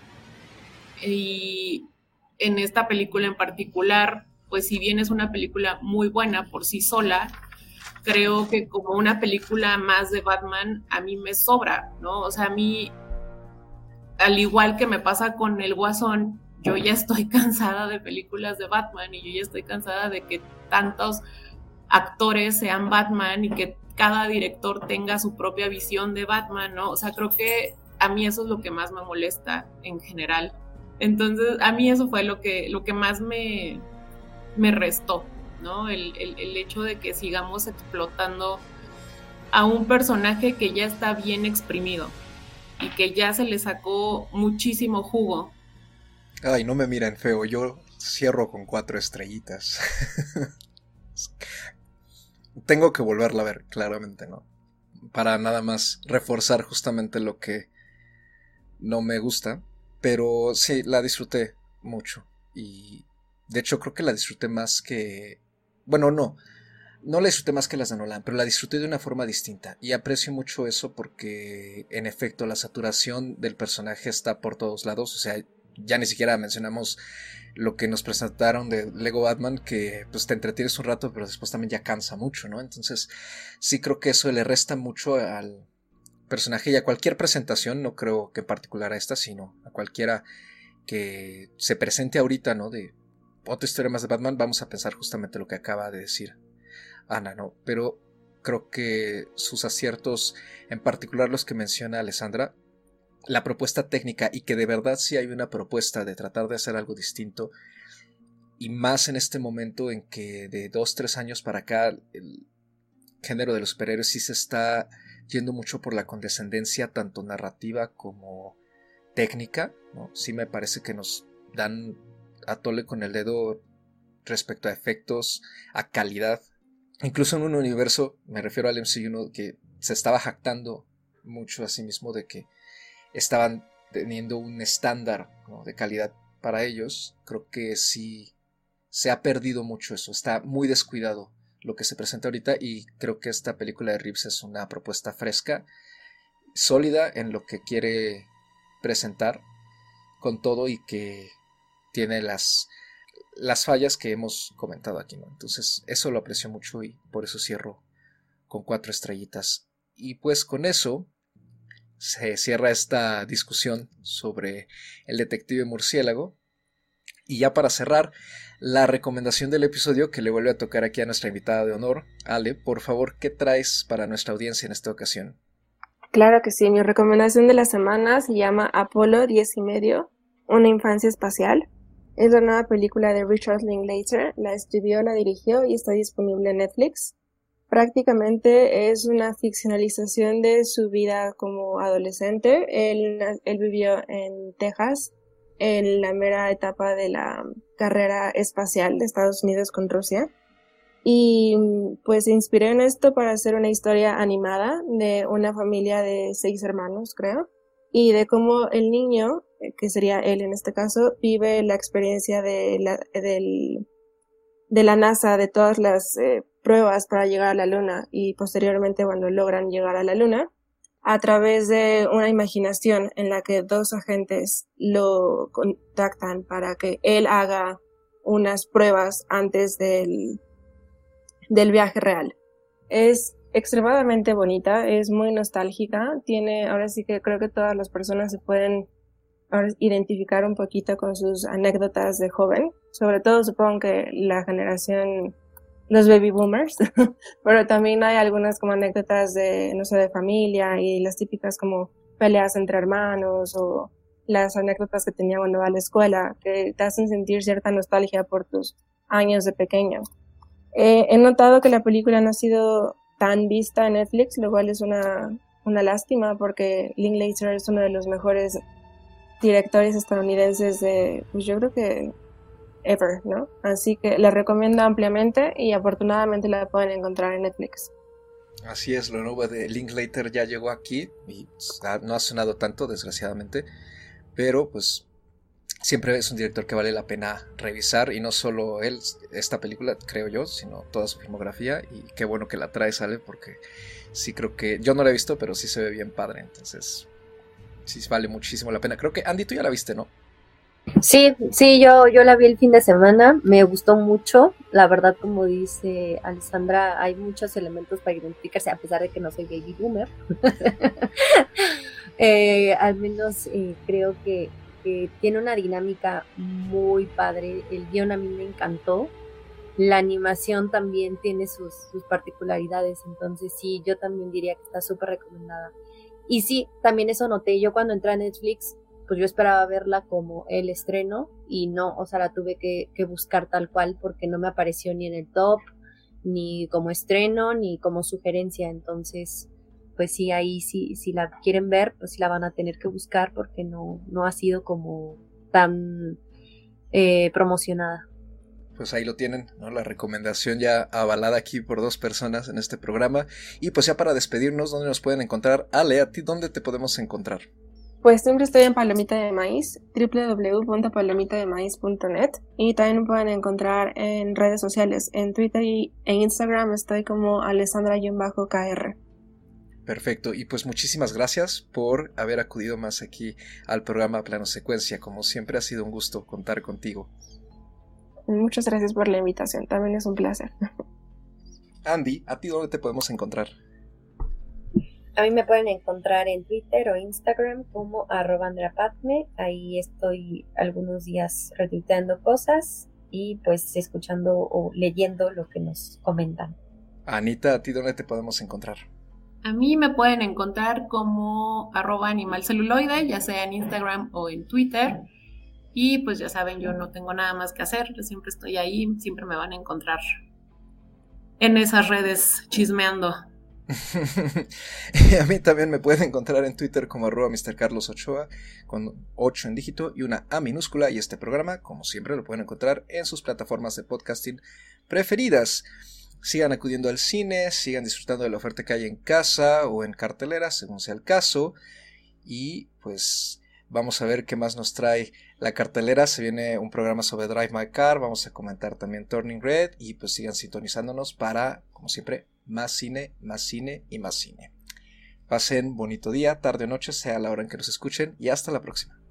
Y en esta película en particular, pues si bien es una película muy buena por sí sola, creo que como una película más de Batman a mí me sobra, ¿no? O sea, a mí, al igual que me pasa con El Guasón, yo ya estoy cansada de películas de Batman y yo ya estoy cansada de que tantos actores sean Batman y que cada director tenga su propia visión de Batman, ¿no? O sea, creo que a mí eso es lo que más me molesta en general. Entonces, a mí eso fue lo que, lo que más me, me restó, ¿no? El, el, el hecho de que sigamos explotando a un personaje que ya está bien exprimido y que ya se le sacó muchísimo jugo. Ay, no me miren feo, yo cierro con cuatro estrellitas. Tengo que volverla a ver, claramente, ¿no? Para nada más reforzar justamente lo que no me gusta. Pero sí, la disfruté mucho. Y de hecho creo que la disfruté más que... Bueno, no. No la disfruté más que las de Nolan, pero la disfruté de una forma distinta. Y aprecio mucho eso porque, en efecto, la saturación del personaje está por todos lados. O sea, ya ni siquiera mencionamos lo que nos presentaron de Lego Batman, que pues te entretienes un rato, pero después también ya cansa mucho, ¿no? Entonces, sí creo que eso le resta mucho al personaje y a cualquier presentación, no creo que en particular a esta, sino a cualquiera que se presente ahorita, ¿no? De otra historia más de Batman, vamos a pensar justamente lo que acaba de decir Ana, ¿no? Pero creo que sus aciertos, en particular los que menciona Alessandra, la propuesta técnica y que de verdad sí hay una propuesta de tratar de hacer algo distinto, y más en este momento en que de dos, tres años para acá el género de los superhéroes sí se está yendo mucho por la condescendencia tanto narrativa como técnica, ¿no? Sí me parece que nos dan a tole con el dedo respecto a efectos, a calidad, incluso en un universo, me refiero al M C U, ¿no? Que se estaba jactando mucho a sí mismo de que estaban teniendo un estándar, ¿no? De calidad para ellos. Creo que sí se ha perdido mucho eso, está muy descuidado lo que se presenta ahorita, y creo que esta película de Reeves es una propuesta fresca, sólida en lo que quiere presentar con todo, y que tiene las, las fallas que hemos comentado aquí, ¿no? Entonces eso lo aprecio mucho y por eso cierro con cuatro estrellitas. y pues con eso se cierra esta discusión sobre el detective murciélago. Y ya para cerrar, la recomendación del episodio que le vuelve a tocar aquí a nuestra invitada de honor, Ale, por favor, ¿qué traes para nuestra audiencia en esta ocasión? Claro que sí, mi recomendación de la semana se llama Apolo diez y medio, una infancia espacial. Es la nueva película de Richard Linklater, la escribió, la dirigió y está disponible en Netflix. Prácticamente es una ficcionalización de su vida como adolescente. Él, él vivió en Texas en la mera etapa de la carrera espacial de Estados Unidos con Rusia. Y pues se inspiró en esto para hacer una historia animada de una familia de seis hermanos, creo, y de cómo el niño, que sería él en este caso, vive la experiencia de la, del, de la NASA, de todas las eh, pruebas para llegar a la Luna y posteriormente cuando logran llegar a la Luna, a través de una imaginación en la que dos agentes lo contactan para que él haga unas pruebas antes del, del viaje real. Es extremadamente bonita, es muy nostálgica, tiene, ahora sí que creo que todas las personas se pueden ahora identificar un poquito con sus anécdotas de joven, sobre todo supongo que la generación, los baby boomers, pero también hay algunas como anécdotas de, no sé, de familia y las típicas como peleas entre hermanos o las anécdotas que tenía cuando va a la escuela que te hacen sentir cierta nostalgia por tus años de pequeño. Eh, he notado que la película no ha sido tan vista en Netflix, lo cual es una, una lástima porque Linklater es uno de los mejores directores estadounidenses de, pues yo creo que ever, ¿no? Así que la recomiendo ampliamente y afortunadamente la pueden encontrar en Netflix. Así es, lo nuevo de Linklater ya llegó aquí y no ha sonado tanto, desgraciadamente, pero pues siempre es un director que vale la pena revisar, y no solo él, esta película, creo yo, sino toda su filmografía, y qué bueno que la trae, sale, porque sí creo que, yo no la he visto, pero sí se ve bien padre, entonces sí vale muchísimo la pena. Creo que, Andy, tú ya la viste, ¿no? Sí, sí, yo, yo la vi el fin de semana, me gustó mucho, la verdad, como dice Alessandra, hay muchos elementos para identificarse, a pesar de que no soy baby boomer. eh, al menos eh, creo que, que tiene una dinámica muy padre, el guión a mí me encantó, la animación también tiene sus, sus particularidades, entonces sí, yo también diría que está súper recomendada. Y sí, también eso noté, yo cuando entré a Netflix, pues yo esperaba verla como el estreno y no, o sea, la tuve que, que buscar tal cual porque no me apareció ni en el top, ni como estreno, ni como sugerencia, entonces, pues sí, ahí sí, si la quieren ver, pues sí la van a tener que buscar porque no, no ha sido como tan eh, promocionada. Pues ahí lo tienen, ¿no? La recomendación ya avalada aquí por dos personas en este programa. Y pues ya para despedirnos, ¿dónde nos pueden encontrar? Ale, ¿a ti dónde te podemos encontrar? Pues siempre estoy en Palomita de Maíz, doble u doble u doble u punto palomita de maíz punto net, y también me pueden encontrar en redes sociales, en Twitter y en Instagram estoy como Alessandra-K R. Perfecto, y pues muchísimas gracias por haber acudido más aquí al programa Plano Secuencia. Como siempre ha sido un gusto contar contigo. Muchas gracias por la invitación, también es un placer. Andy, ¿a ti dónde te podemos encontrar? A mí me pueden encontrar en Twitter o Instagram como arroba andrapatme. Ahí estoy algunos días retuiteando cosas y pues escuchando o leyendo lo que nos comentan. Anita, ¿a ti dónde te podemos encontrar? A mí me pueden encontrar como arroba animalceluloide, ya sea en Instagram o en Twitter. Y pues ya saben, yo no tengo nada más que hacer, yo siempre estoy ahí, siempre me van a encontrar en esas redes chismeando. A mí también me pueden encontrar en Twitter como arroba mister Carlos Ochoa con ocho en dígito y una A minúscula, y este programa, como siempre, lo pueden encontrar en sus plataformas de podcasting preferidas. Sigan acudiendo al cine, sigan disfrutando de la oferta que hay en casa o en cartelera, según sea el caso, y pues vamos a ver qué más nos trae la cartelera. Se viene un programa sobre Drive My Car, vamos a comentar también Turning Red, y pues sigan sintonizándonos para, como siempre, más cine, más cine y más cine. Pasen bonito día, tarde o noche, sea la hora en que nos escuchen, y hasta la próxima.